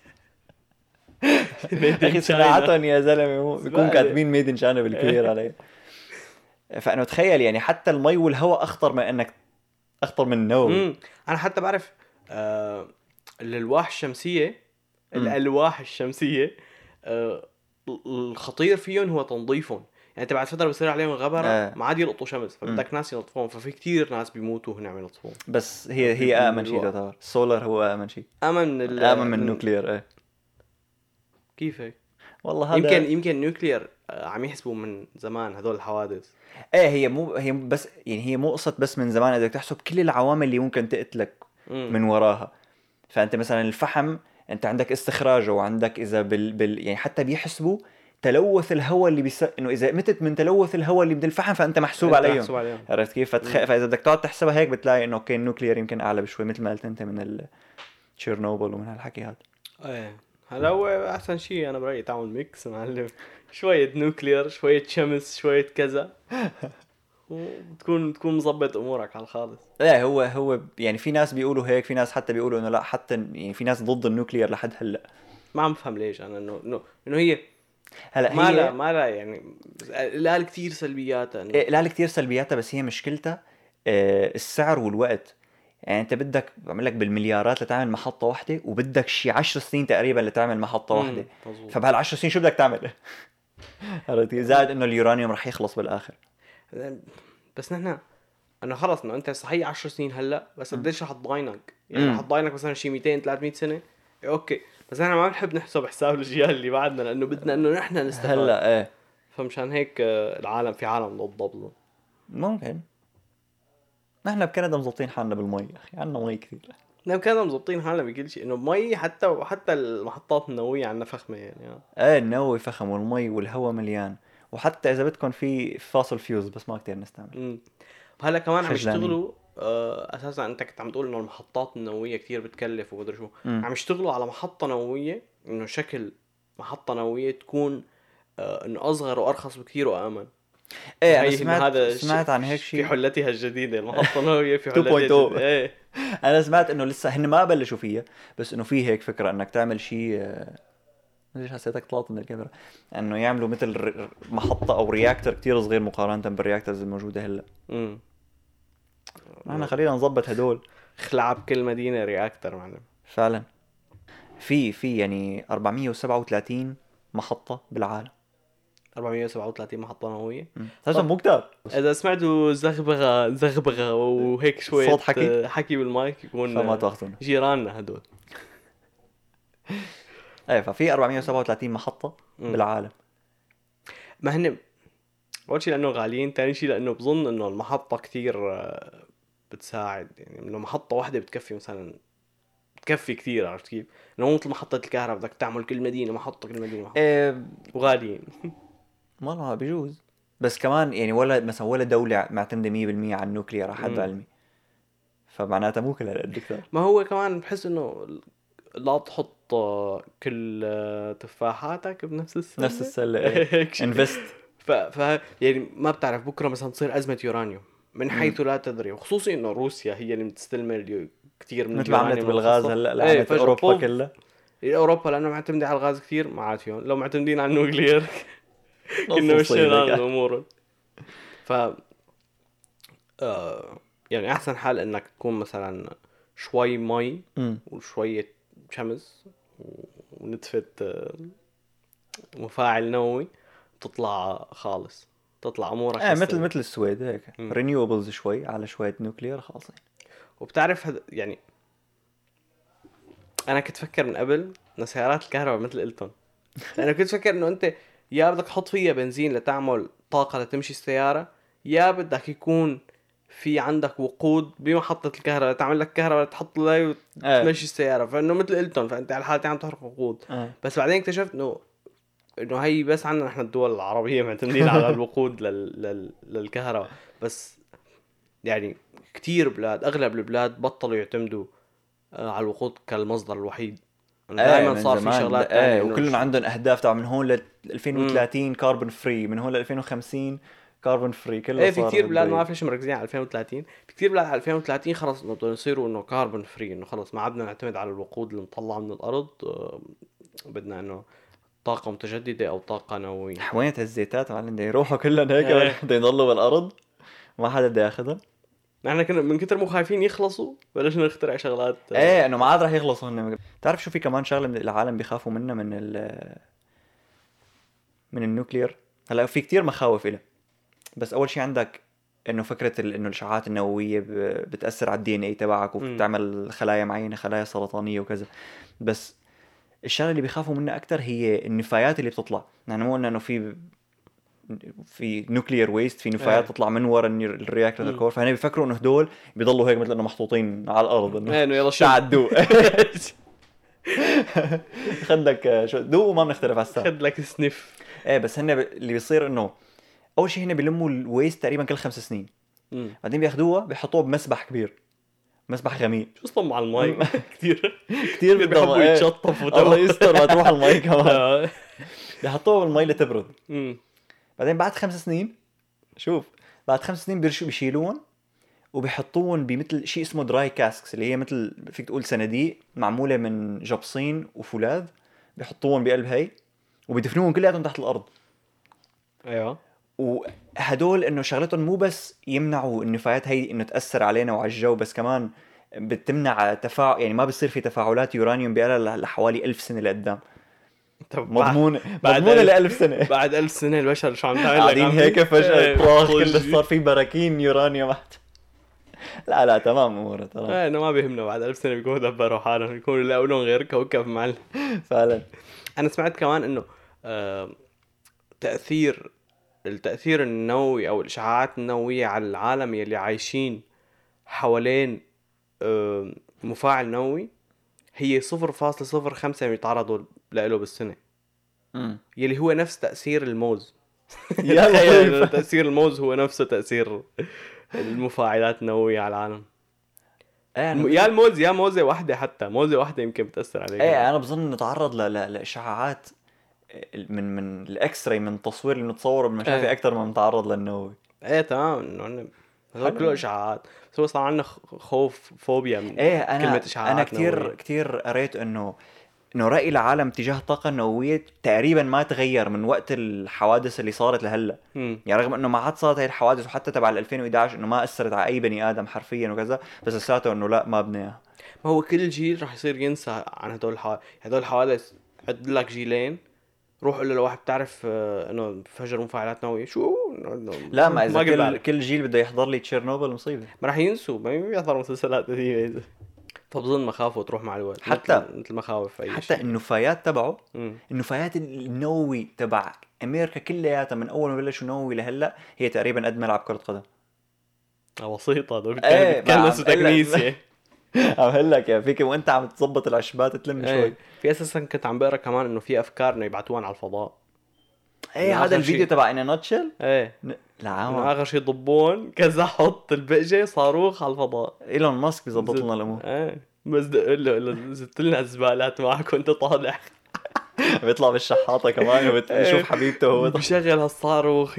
ميد ان اخي تشاينا. صناعتهم يا زلمه مو بيكون زبالة. كاتبين ميد ان شاينا بالكبير عليه. فانه تخيل يعني حتى المي والهواء اخطر من انك اخطر من النووي. امم انا حتى بعرف آه الالواح الشمسيه، امم الالواح الشمسيه آه الخطير فيهم هو تنظيفهم. يعني انت بعد فتره بصير عليهم غبره آه. ما عاد يلقطوا شمس، امم فبدك ناس ينظفوهم. ففي كتير ناس بيموتوا هنا عم ينظفوهم بس هي ب- هي من امن شيء الوقت. تعتبر السولار هو امن شيء. امن من امن ال من من النوكلير ايه. كيف هيك؟ والله يمكن هذا يمكن نيوكلير آه عم يحسبوا من زمان هذول الحوادث. ايه. هي مو هي بس يعني هي مو قصة بس من زمان، بدك تحسب كل العوامل اللي ممكن تقتلك امم من وراها. فانت مثلا الفحم انت عندك استخراجه، وعندك اذا بال, بال يعني حتى بيحسبوا تلوث الهواء اللي بيس... انه اذا متت من تلوث الهواء اللي من الفحم فانت محسوب انت عليهم. محسوب عليهم. عرفت كيف؟ فتخ... امم فاذا بدك تقعد تحسبها هيك بتلاقي انه اوكي النوكليير يمكن اعلى بشوي، مثل ما قلت انت من ال... تشيرنوبل ومن هالحكي هذا. ايه هذا هو احسن شيء انا برايي، تعمل ميكس معلم. شويه نوكلير، شويه شمس، شويه كذا، وتكون تكون مظبط امورك على الخالص. لا هو هو يعني في ناس بيقولوا هيك، في ناس حتى بيقولوا انه لا، حتى يعني في ناس ضد النوكليير لحد هلا. ما عم بفهم ليش انا انه انه انه هي هلا ما لا هي ما لا يعني لا كثير سلبياتها انه إيه، لا لا كتير سلبياتها، بس هي مشكلتها آه، السعر والوقت. يعني انت بدك بعمل لك بالمليارات لتعمل محطة واحدة، وبدك شي عشر سنين تقريبا لتعمل محطة واحدة. امم مظبوط. فبهالعشر سنين شو بدك تعمل؟ عرفت كيف؟ زائد انه اليورانيوم رح يخلص بالاخر. بس نحن انه خلص انه انت صحيح عشر سنين هلا، بس م. قديش رح تضاينك؟ يعني رح امم تضاينك مثلا شي مئتين ثلاثمئة سنه. إيه اوكي، بس احنا ما بنحب نحسب حساب الاجيال اللي بعدنا، لانه بدنا انه نحن نستفاد. هلا ايه فمشان هيك آه، العالم في عالم ضد ضبط. ممكن. نحن بكندا مزبطين حالنا بالمي يا اخي، عندنا مي كثير. نحن كنا مزبطين حالنا بكل شيء، انه مي حتى حتى المحطات النوويه عندنا فخمه يعني آه. ايه النووي فخم، والمي والهواء مليان، وحتى اذا بدكم في فاصل فيوز بس ما كتير نستعمل. امم وهلا كمان عم خجلانين. يشتغلوا آه، اساسا انت كنت عم تقول انه المحطات النوويه كتير بتكلف ومدري شو. امم عم يشتغلوا على محطه نوويه، انه شكل محطه نوويه تكون آه، انه اصغر وارخص بكثير وامن. ايه انا هي- سمعت هذا سمعت ش- عن هيك في شيء. حلتها الجديدة المحطة النووية في حلتها تو بوينت الجديدة. ايه انا سمعت انه لسه هن ما بلشوا فيها، بس انه في هيك فكره انك تعمل شيء آه، ليش حسيتك طلعت من الكاميرا، انه يعملوا مثل ر- محطه او رياكتور كتير صغير مقارنه بالرياكتورز الموجوده هلا. امم احنا خلينا نظبط هدول. خلعة بكل مدينة رياكتر معلم. فعلا في في يعني أربعمية وسبعة وثلاثين محطه بالعالم. أربعمية وسبعة وثلاثين محطة نووية. هذا مو كتار. إذا سمعتوا زغبغة زغبغة وهيك شوية صوت حكي؟ حكي بالمايك يكون فما تاخذونه. جيراننا هدول. ايه ففي أربعمية وسبعة وثلاثين محطه مم. بالعالم. ما هن أول شيء لأنه غاليين، ثاني شيء لأنه بظن إنه المحطة كتير آه، بتساعد، يعني إنه محطة واحدة بتكفي مثلا بتكفي كتير، عرفت كيف؟ إنه مو مثل محطة الكهرباء بدك تعمل كل مدينة محطة كل مدينة محطة ايه وغاليين. والله بيجوز، بس كمان يعني ولا مثلا ولا دولة معتمدة مية بالمية على النوكلير على حد مم. علمي، فمعناتها مو كل هالقد كتار. ما هو كمان بحس إنه لا تحط آه، كل آه، تفاحاتك بنفس السلة. نفس السلة ايه. هيك شيء. انفست. ف... ف يعني ما بتعرف بكره مثلا تصير ازمه يورانيوم من حيث لا تدري، وخصوصي انه روسيا هي اللي بتستلمر كثير من مثل ما عملت اليورانيوم بالغاز المخصص. هلا ايه لعنت فجأة اوروبا بوف. كلها. اوروبا لانه معتمده على الغاز كثير، ما عاد فيهم لو معتمدين على النوكلير نص كنا مصيبة مشينا كان. الامور. ف آه يعني احسن حال انك تكون مثلا شوي مي أمم. وشويه شمس ونتفه آه، مفاعل نووي، تطلع خالص، تطلع امورك ايه مثل هسه. مثل السويد هيك مم. رينيوبلز شوي على شوية نوكلير خالصين. وبتعرف هد... يعني انا كنت فكر من قبل ان سيارات الكهرباء مثل إلتون، لانه كنت فكر انه انت يا بدك تحط فيها بنزين لتعمل طاقه لتمشي السياره، يا بدك يكون في عندك وقود بمحطه الكهرباء تعمل لك كهرباء تحط لها ايه وتمشي السياره، فانه مثل إلتون، فانت على الحالة عم تحرق وقود. ايه بس بعدين اكتشفت انه انه هي بس عندنا نحن الدول العربيه معتمدين على الوقود لل... لل... للكهرباء بس. يعني كتير بلاد، اغلب البلاد بطلوا يعتمدوا آه، على الوقود كالمصدر الوحيد. ايه دائما من صار في زمان. شغلات ايه ثانيه وكلهم عندهم اهداف تبع من هون ل ألفين وثلاثين كاربون فري، من هون ل ألفين وخمسين كاربون فري، كله ايه في صار كثير بلاد ما بعيد. بعرف ليش مركزين على ألفين وثلاثين. في كثير بلاد على ألفين وثلاثين خلص انه بدهم يصيروا انه كاربون فري، انه خلص ما عدنا نعتمد على الوقود اللي مطلعه من الارض، آه، بدنا انه طاقه متجدده او طاقه نوويه. حوينة الزيتات معلم بده يروحوا كلهم هيك إيه. بده يضلوا بالارض ما حدا بده ياخذهم. نحن كنا من كثر مو خايفين يخلصوا بلشنا نخترع شغلات. آه، ايه انه ما عاد رح يخلصوا هن. بتعرف شو في كمان شغله من العالم بيخافوا منها من ال من النوكلير. هلا في كتير مخاوف إلها، بس اول شيء عندك انه فكره ال- انه الاشعاعات النوويه ب- بتاثر على الدي ان اي تبعك مم. وبتعمل خلايا معينه، خلايا سرطانيه وكذا. بس الشغله اللي بيخافوا منها اكثر هي النفايات اللي بتطلع. يعني مو انه في في نوكلير ويست، في نفايات إيه. تطلع من ورا الرياكتور مم. الكور، فهنا بيفكروا انه هدول بيضلوا هيك مثل انه محطوطين على الارض انه ايه انه يلا شو تعدوا. خدك شو دوق وما بنختلف على الساعه. خد لك سنيف. ايه بس هن ب... اللي بيصير انه اول شيء هن بيلموا الويست تقريبا كل خمس سنين، مم. بعدين بياخدوها بيحطوها بمسبح كبير، مسبح غميق شو اصلا مع المي كثير كثير بيحبوا بيحبوا ايه. يتشطفوا. الله يستر ما تروح المي كمان. آه. بيحطوها بالمي لتبرد، مم. بعدين بعد خمس سنين شوف بعد خمس سنين بيرشوا بيشيلون وبيحطوهم بمثل شيء اسمه دراي كاسكس، اللي هي مثل فيك تقول صناديق معموله من جبصين وفولاذ، بيحطوهم بقلب هي وبيدفنوهم كلياتهم تحت الارض. ايوه وهدول انه شغلتهم مو بس يمنعوا النفايات هي انه تاثر علينا وعلى الجو، بس كمان بتمنع تفاعل، يعني ما بيصير في تفاعلات يورانيوم بقلها لحوالي ألف سنه لقدام. طب مضمونه بعد مضمونه ألف- لألف سنه. بعد ألف سنة البشر شو عم تعمل لك؟ قاعدين عم هيك إيه، فجاه طاخ طج. كله صار في براكين يورانيوم تحت. لا لا تمام اموره تمام. ايه انه ما بيهمنا بعد ألف سنة بيكونوا دبروا حالهم، بيكونوا لاقوا لهم غير كوكب معل. فعلا انا سمعت كمان انه آه تأثير التأثير النووي او الاشعاعات النووية على العالم يلي عايشين حوالين آه مفاعل نووي هي صفر فاصلة صفر خمسة يتعرضوا له بالسنة، امم يلي هو نفس تأثير الموز. يا تخيل إنه لطيف. تأثير الموز هو نفسه تأثير المفاعلات النووية على العالم. ايه الم- انا يا الموز يا موزة واحدة، حتى موزة واحدة يمكن بتأثر عليك. ايه انا بظن نتعرض ل... ل... لاشعاعات من من الاكس راي من التصوير اللي متصوره بالمشافي ايه. اكثر ما متعرض للنووي. ايه تمام، انه هذول كله اشعاعات، بس هو صار عندنا خوف فوبيا من ايه انا كلمة اشعاعات انا كثير نووية. كثير قريت انه انه راي العالم تجاه الطاقه النوويه تقريبا ما تغير من وقت الحوادث اللي صارت لهلا. مم. يعني رغم انه ما عاد صارت هاي الحوادث وحتى تبع ألفين وإحدى عشر انه ما اثرت على اي بني ادم حرفيا وكذا، بس لساته انه لا ما بدنا اياها. ما هو كل جيل رح يصير ينسى عن هدول الحوادث. هدول الحوادث عد لك جيلين، روح قول له لواحد بتعرف آه، انه انفجر مفاعلات نووية شو إنه لا ما اذا قد كل بعرف. كل جيل بده يحضر لي تشيرنوبل مصيبه. ما رح ينسوا، ما بيحضروا مسلسلات قديمة. فبظن مخاوفه تروح مع الوقت، حتى- مثل, مثل مخاوف اي حتى شيء. النفايات تبعه، مم. النفايات النووي تبع امريكا كلياتها من اول ما بلشوا نووي لهلا هي تقريبا قد ملعب كره قدم. اه بسيطة، هذول ايه، كانوا ما بيتكنسوا عم بقول لك. تكنيسة. عم هقول لك يا فيك وانت عم تظبط العشبات تلم شوي. ايه. في اساسا كنت عم بقرا كمان انه في افكار انه يبعتوهم على الفضاء. ايه آخر هذا الفيديو شيء. تبع ان نوتشل. ايه لا انه عام اخر شيء ضبون كذا، حط البقجة صاروخ على الفضاء. ايلون ماسك بيظبط زت- لنا الامور. ايه بس دق له له زدت لنا الزبالات معك وانت طالع. بيطلع بالشحاطه كمان وبتشوف حبيبته وهو طالع. بشغل هالصاروخ.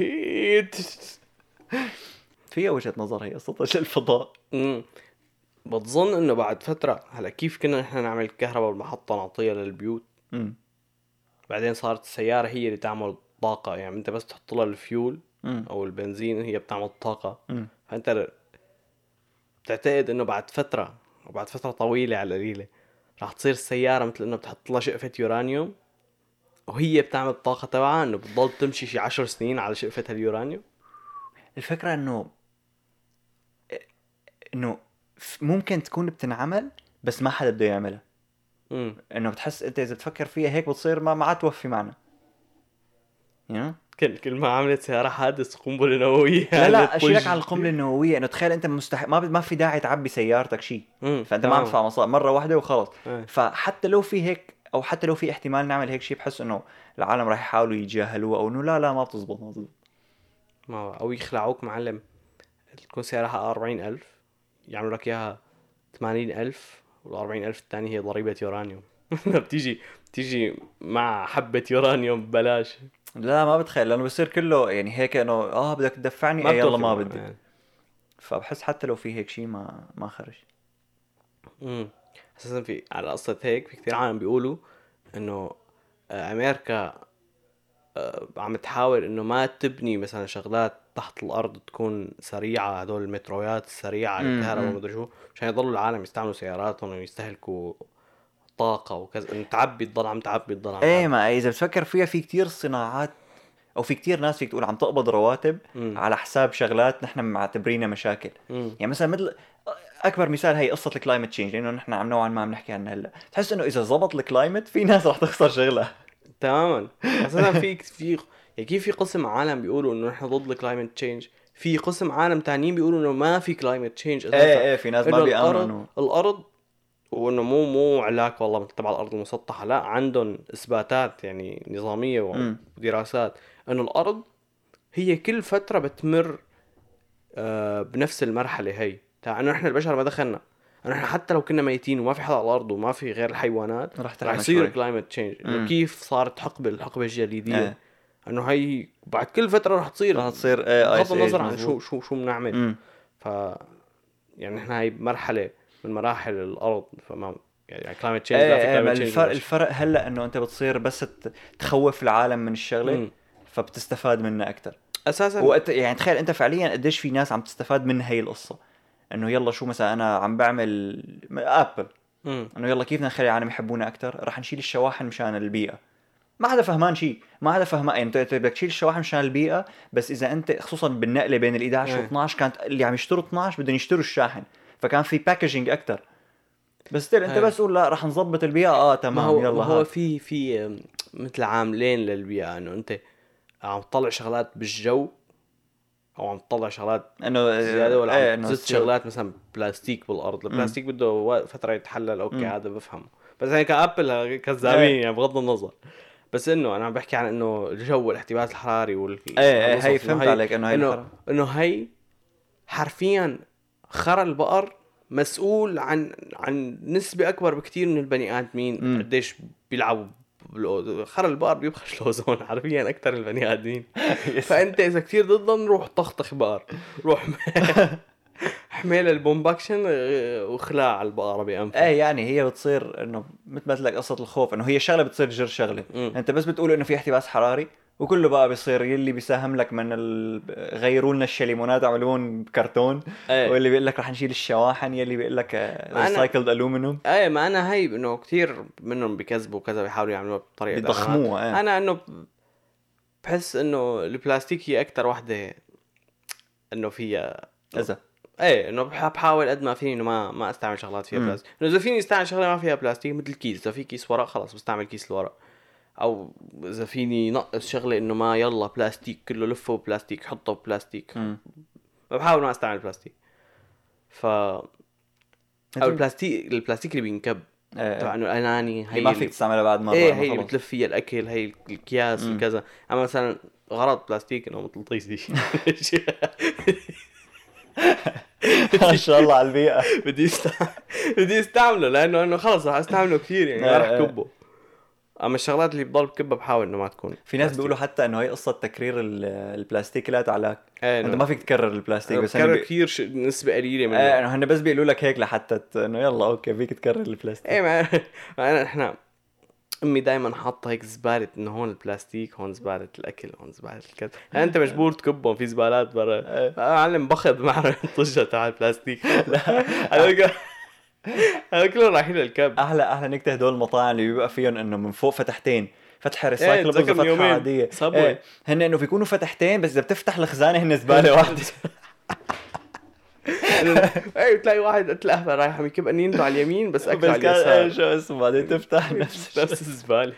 فيها وجهه نظر هي قصه الفضاء. امم بتظن انه بعد فترة، هلا كيف كنا نحن نعمل الكهرباء بالمحطة نعطيها للبيوت، امم بعدين صارت السيارة هي اللي تعمل طاقة، يعني انت بس تحط لها الفيول امم او البنزين هي بتعمل طاقة. امم فانت بتعتقد انه بعد فترة، وبعد فترة طويلة على القليلة، راح تصير السيارة مثل انه بتحط لها شقفة يورانيوم وهي بتعمل الطاقة تبعها، انه بتضل تمشي شي عشر سنين على شقفة اليورانيوم. الفكره انه انه ممكن تكون بتنعمل بس ما حدا بده يعملها. امم انه بتحس انت اذا تفكر فيها هيك بتصير ما ما عاد توفي معنا. you know? كل كل ما عملت سيارة حادث قنبلة نووية. لا لا اشيلك على القنبله النوويه، انه تخيل انت مستحيل ما ما في داعي تعبي سيارتك شيء، مم. فانت ما عم تدفع مصاري مره واحده وخلص. ايه. فحتى لو في هيك او حتى لو في احتمال نعمل هيك شيء بحس انه العالم راح يحاولوا يتجاهلوه او انه لا لا ما بتزبط ما بتزبط. ما هو- او يخلعوك معلم، تكون سيارة حقها أربعين ألف يعملوا لك اياها ثمانين ألف، والأربعين ألف الثانية هي ضريبة يورانيوم. بتيجي بتيجي مع حبة يورانيوم ببلاش. لا ما بتخيل لانه بصير كله يعني هيك انه اه بدك تدفعني ما اي يلا بتوفي ما معه بدي. يعني. فبحس حتى لو في هيك شيء ما ما خرج. امم اساسا في على قصة هيك في كثير عالم بيقولوا انه آه، امريكا آه، عم تحاول انه ما تبني مثلا شغلات تحت الارض تكون سريعة، هدول المترويات السريعة مم، الكهرباء مم. ومدري شو، عشان يضلوا العالم يستعملوا سياراتهم ويستهلكوا طاقة وكذا، انه تعبي تضل عم تعبي تضل عم ايه تعبي. ما اذا بتفكر فيها في كتير صناعات او في كتير ناس فيك تقول عم تقبض رواتب مم. على حساب شغلات نحن معتبرينها مشاكل. مم. يعني مثلا مثل اكبر مثال هي قصه الكلايمت تشينج، لانه نحن عم نوعا ما عم نحكي عنها هلا. تحس انه اذا زبط الكلايمت في ناس رح تخسر شغلها. تماما. اساسا في في يعني كيف في قسم عالم بيقولوا انه نحن ضد الكلايمت تشينج، في قسم عالم تانيين بيقولوا انه ما في كلايمت تشينج اساسا. ايه ايه في ناس ما إنه بيامنوا الارض انه الارض وانه مو مو علاك والله مثل تبع الارض المسطحه، لا عندهم اثباتات يعني نظاميه مم. ودراسات انه الارض هي كل فتره بتمر آه بنفس المرحله هي تاع انه احنا البشر ما دخلنا، انه احنا حتى لو كنا ميتين وما في حدا على الارض وما في غير الحيوانات رح رح تحمل يصير شوي. كلايمت تشينج. مم. انه كيف صارت حقبه الحقبه الجليديه ايه انه هي بعد كل فتره رح تصير، رح تصير ايه بغض ايس ايج النظر عن مزبوط. شو شو شو بنعمل. مم. ف يعني احنا هاي مرحله من مراحل الارض، فما يعني كلايمت تشينج لا في ايه ايه ما كلايمت تشينج. الفرق الفرق هلا انه انت بتصير بس ت- تخوف العالم من الشغله مم. فبتستفاد منها اكثر. اساسا وقت يعني تخيل انت فعليا قديش في ناس عم تستفاد من هي القصه، انه يلا شو مثلا انا عم بعمل ابل مم. انه يلا كيف بدنا نخلي العالم يحبونا اكثر، رح نشيل الشواحن مشان البيئه. ما حدا فهمان شيء، ما حدا فهمان يعني انت بدك تشيل الشواحن مشان البيئه، بس اذا انت خصوصا بالنقله بين ال إحدى عشر و اثنا عشر كانت اللي عم يشتروا اثنا عشر بدهم يشتروا الشاحن، فكان في باكجينج اكثر. بس تل انت هي. بس قول لا رح نظبط البيئه اه ما تمام هو يلا ما هو ها. في في ام، مثل عاملين للبيئه، انه انت عم تطلع شغلات بالجو او عم تطلع شغلات انه زياده، ولا ايه عم انه تزت تصير- شغلات مثلا بلاستيك بالارض. البلاستيك بده و- فتره يتحلل، اوكي مم. هذا بفهمه، بس يعني كابل كذابين ايه. يعني بغض النظر. بس انه انا عم بحكي عن انه الجو والاحتباس الحراري وال ايه ايه هالقصص، هي إنه فهمت هي- عليك انه هي انه الحرب. انه هي حرفيا خرى البقر مسؤول عن عن نسبة أكبر بكتير من البني آدمين. مم. قديش بيلعبوا خر البقر بيبخش الاوزون حرفيا اكثر من البني ادمين. فانت اذا كثير ضدهم روح طخطخ بقر، روح حمل البومباكشن وخلاع البقره بانفه. ايه يعني هي بتصير انه مثل ما قلت لك قصه الخوف انه هي شغله بتصير جر شغله. م. انت بس بتقول انه في احتباس حراري وكله بقى بيصير يلي بيساهم لك من ال... غيروا لنا الشليمونات عملون بكرتون. ايه. واللي بيقول لك رح نشيل الشواحن، يلي بيقول لك ريسايكلد الومنيوم. ايه ما انا هي انه كثير منهم بيكذبوا كذا بيحاولوا يعملوها بطريقه بيضخموها. ايه. انا انه بحس انه البلاستيك هي اكثر وحده انه فيها اذا ايه انه بحاول قد ما فيني انه ما ما استعمل شغلات فيها بلاستيك. انه اذا فيني استعمل شغله ما فيها بلاستيك مثل الكيس، اذا في كيس ورق خلاص بستعمل كيس الورق، او اذا فيني نقص شغله انه ما يلا بلاستيك كله لفه بلاستيك حطه بلاستيك، بحاول ما استعمل بلاستيك. ف او البلاستيك البلاستيك اللي بينكب تبع انه الاناني هي ما فيك تستعملها بعد مره. ايه هي بتلف فيها الاكل، هي الكياس كذا. اما مثلا غرض بلاستيك انه مثل طيسي ما شاء الله على البيئه. بدي استعمل بدي استعمله لانه انه خلص رح استعمله كثير يعني ما رح كبه. اما الشغلات اللي بضل بكبها بحاول انه ما تكون. في ناس بيقولوا حتى انه هي قصه تكرير البلاستيك لا تعلاك. ايه انت ما فيك تكرر البلاستيك بس انا بي... كثير ش... نسبه قليله منه. ايه انه هن بس بيقولوا لك هيك لحتى انه يلا اوكي فيك تكرر البلاستيك. ايه ما انا احنا امي دائما حاطه هيك زباله انه هون البلاستيك، هون زباله الاكل، هون زباله الكذا. يعني انت مجبور تكبهم في زبالات برا. معلم باخذ معنا طجه تاع البلاستيك. هذول هذول كلهم رايحين للكب. احلى احلى نكته هدول المطاعم اللي بيبقى فيهم انه من فوق فتحتين، فتحه ريسايكل ايه وفتحه عاديه. ايه هن انه بيكونوا فتحتين بس اذا بتفتح الخزانه هن زباله واحده. ايه بتلاقي واحد تلاقيه رايح عم يكب انينته على اليمين بس اكل على اليسار. ايه شو اسمه بعدين تفتح نفس نفس الزباله.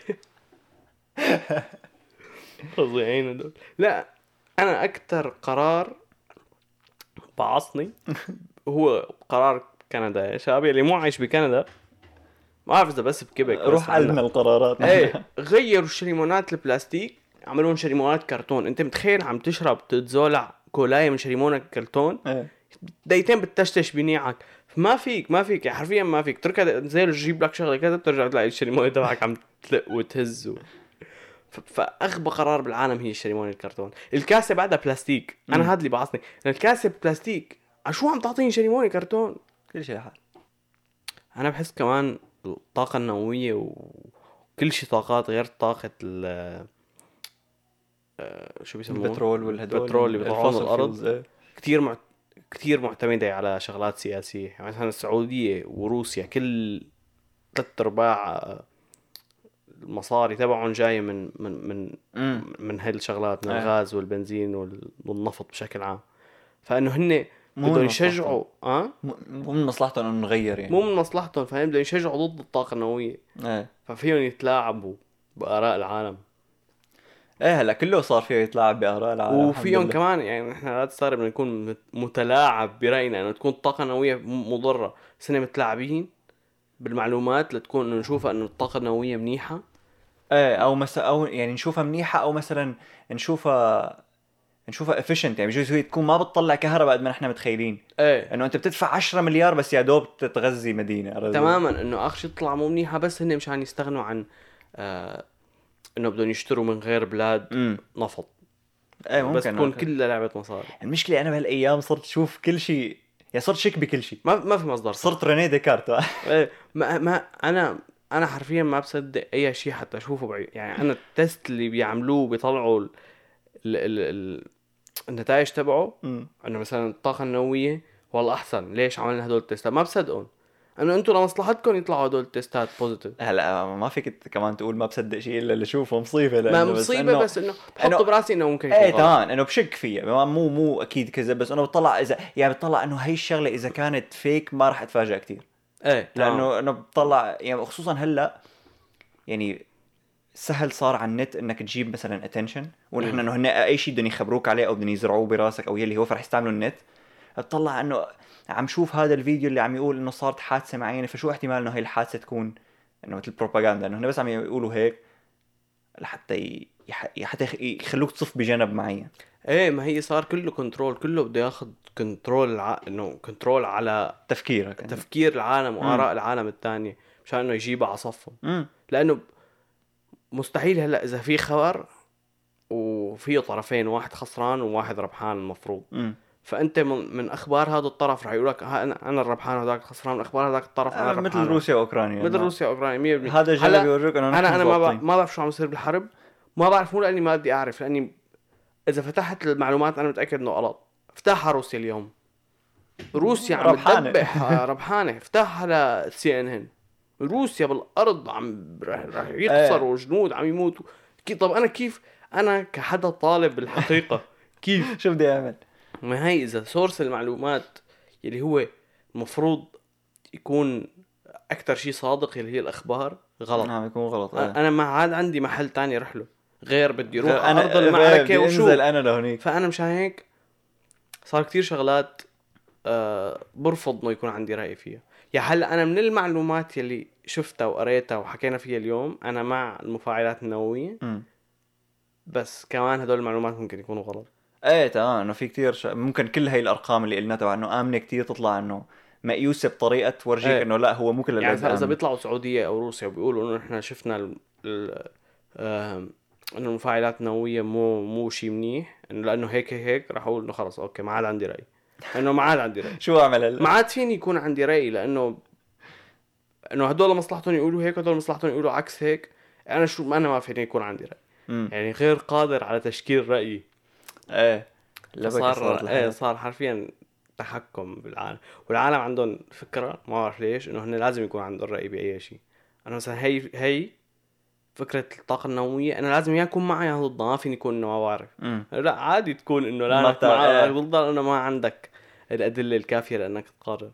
فظيعين هدول. لا انا اكثر قرار بعصني هو قرار كندا يا شباب اللي مو عايش بكندا. ما اعرف اذا بس بكيبك روح علمنا القرارات. ايه غيروا الشريمونات البلاستيك عملون شريمونات كرتون. انت متخيل عم تشرب تتزولع كولايه من شريمونه كرتون ايه دقيقتين بتشتش بنيعك. ما فيك ما فيك حرفيا ما فيك تركها زي تجيب لك شغله كذا بترجع تلاقي الشريمونه تبعك عم تلق وتهز و... فاغبى قرار بالعالم هي الشريمونه الكرتون. الكاسه بعدها بلاستيك. انا هذا اللي بعصني الكاسه بلاستيك. عشو عم تعطيني شريمونه كرتون؟ كل شيء لحال. انا بحس كمان الطاقه النوويه وكل شيء طاقات غير طاقه ال شو بيسموه البترول والهدول البترول اللي بيطلعون من الارض. ايه. كثير مع... كثير معتمده على شغلات سياسيه. يعني مثلا السعوديه وروسيا كل ثلاث ارباع المصاري تبعهم جايه من من من مم. من هاي الشغلات من ايه. الغاز والبنزين والنفط بشكل عام. فانه هن بدهم يشجعوا اه مو من مصلحتهم انه نغير يعني مو من مصلحتهم. فهم بدهم يشجعوا ضد الطاقه النوويه. ايه ففيهم يتلاعبوا باراء العالم. ايه هلا كله صار فيه يتلاعب باراء العالم. وفيهم كمان يعني احنا لا تستغرب انه نكون متلاعب براينا انه تكون الطاقه النوويه مضره بس احنا متلاعبين بالمعلومات لتكون انه نشوفها انه الطاقه النوويه منيحه. ايه او مثلا او يعني نشوفها منيحه او مثلا نشوفها نشوفها efficient. يعني بجوز هي تكون ما بتطلع كهرباء قد ما احنا متخيلين. ايه انه انت بتدفع عشرة مليار بس يا دوب تتغذي مدينه. تماما انه اخر شيء تطلع مو منيحه بس هن مشان يستغنوا عن آه انه بدهم يشتروا من غير بلاد مم. نفط. ايه ممكن بس تكون ممكن. كلها لعبه مصاري. المشكله انا بهالايام صرت اشوف كل شيء يا صرت شك بكل شيء. ما ما في مصدر. صرت ريني ديكارت. ايه ما ما انا انا حرفيا ما بصدق اي شيء حتى اشوفه بعيد. يعني انا التست اللي بيعملوه بيطلعوا ال ال ال النتائج تبعه انه مثلا الطاقه النوويه والله احسن. ليش عملنا هدول التستات؟ ما بصدقون انه انتم لمصلحتكم يطلعوا هدول التستات بوزيتيف. هلا ما فيك كمان تقول ما بصدق شيء الا اللي اشوفه مصيبه. ما مصيبه بس انه بحطه براسي انه ممكن يكون ايه تمام انه بشك فيها. مو مو اكيد كذا بس انه بطلع اذا يعني بطلع انه هي الشغله اذا كانت فيك ما راح اتفاجئ كتير. ايه لانه انه بطلع يعني خصوصا هلا يعني سهل صار على النت انك تجيب مثلا اتنشن ونحن انه هن اي شيء بدهم يخبروك عليه او بدهم يزرعوه براسك او يلي هو فرح يستعملوا النت. بتطلع انه عم شوف هذا الفيديو اللي عم يقول انه صارت حادثه معينه فشو احتمال انه هي الحادثه تكون انه مثل بروباغندا انه هن بس عم يقولوا هيك لحتى يح... حتى يخلوك تصف بجانب معين. ايه ما هي صار كله كنترول. كله بده ياخذ كنترول الع... انه كنترول على تفكيرك تفكير العالم واراء العالم الثانيه مشان انه يجيبها على صفهم. مم. لانه مستحيل هلا اذا في خبر وفي طرفين واحد خسران وواحد ربحان المفروض امم فانت من, من اخبار هذا الطرف رح يقول لك انا انا الربحان وهذاك الخسران، من اخبار هذاك الطرف انا الربحان. مثل روسيا واوكرانيا، مثل روسيا واوكرانيا مية بالمية. هذا جاي بيورجيك انه انا انا ما بعرف ما بعرف شو عم يصير بالحرب، ما بعرف مو لاني ما بدي اعرف، لاني اذا فتحت المعلومات انا متاكد انه غلط. افتحها روسيا اليوم، روسيا عم تذبح ربحانه، افتحها على سي ان ان، روسيا بالارض عم رح يخسروا جنود عم يموتوا. طب انا كيف انا كحدا طالب بالحقيقه كيف شو بدي اعمل؟ ما هي اذا سورس المعلومات يلي هو المفروض يكون اكثر شيء صادق اللي هي الاخبار غلط، نعم يكون غلط. اه. انا ما عاد عندي محل تاني رح له غير بدي اروح أنا ارض المعركه وشو انا لهونيك. فانا مشان هيك صار كتير شغلات أه برفض انه يكون عندي راي فيها. يا هلا انا من المعلومات يلي شفتها وقريتها وحكينا فيها اليوم انا مع المفاعلات النوويه، م. بس كمان هدول المعلومات ممكن يكونوا غلط. ايه تمام، انه في كتير ش... ممكن كل هاي الارقام اللي قلنا تبع انه امنه كتير تطلع انه مقيوسه بطريقه تورجيك ايه. انه لا هو مو كل يعني اذا بيطلعوا سعوديه او روسيا وبيقولوا انه احنا شفنا ال... ال... آه... انه المفاعلات النوويه مو مو شيء منيح، انه لانه هيك هيك راح اقول انه خلص اوكي ما عاد عندي راي، انه ما عاد عندي راي. شو اعمل هلا؟ ما عاد فيني يكون عندي راي، لانه انه هدول مصلحتهم يقولوا هيك هدول مصلحتهم يقولوا عكس هيك. انا شو انا ما فيني يكون عندي راي. م. يعني غير قادر على تشكيل رايي. ايه صار ايه صار حرفيا تحكم بالعالم، والعالم عندهم فكره ما بعرف ليش انه هن لازم يكون عندهم راي باي شيء. انا مثلا هي هي فكره الطاقه النوويه انا لازم يكون معي ضدها، ما فيني يكون انه ما بعرف. م. لا عادي تكون انه لا ما معك ضدها لانه ما عندك الادله الكافيه لانك تقرر.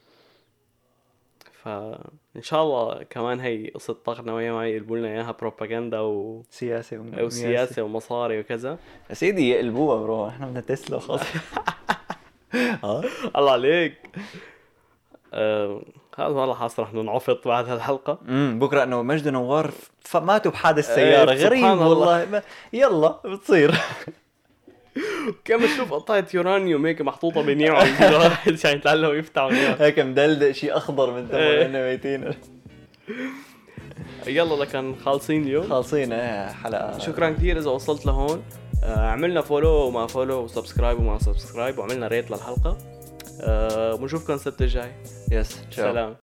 فان شاء الله كمان هي قصه الطاقه النوويه ما يقلبوا لنا اياها بروباغندا و سياسه وم... او سياسه ومصاري وكذا. يا سيدي يقلبوها برو، احنا بدنا تسلا خلص. اه الله عليك. آه... هذا والله حاصل رح ننعفط بعد هالحلقه. امم بكره انه مجد نوار فماتوا بحادث سياره. ايه غريب والله ما... يلا بتصير. كم اشوف قطعه يورانيوم هيك محطوطه بينيعوا عند واحد عشان يتعلموا يفتحوا هيك مدلدق شيء اخضر من تمام انه ميتين. يلا لكن خالصين اليوم، خالصين ايه حلقه. شكرا كثير اذا وصلت لهون. آه عملنا فولو وما فولو وسبسكرايب وما سبسكرايب وعملنا ريت للحلقه. آه ونشوفكم السبت الجاي. يس سلام.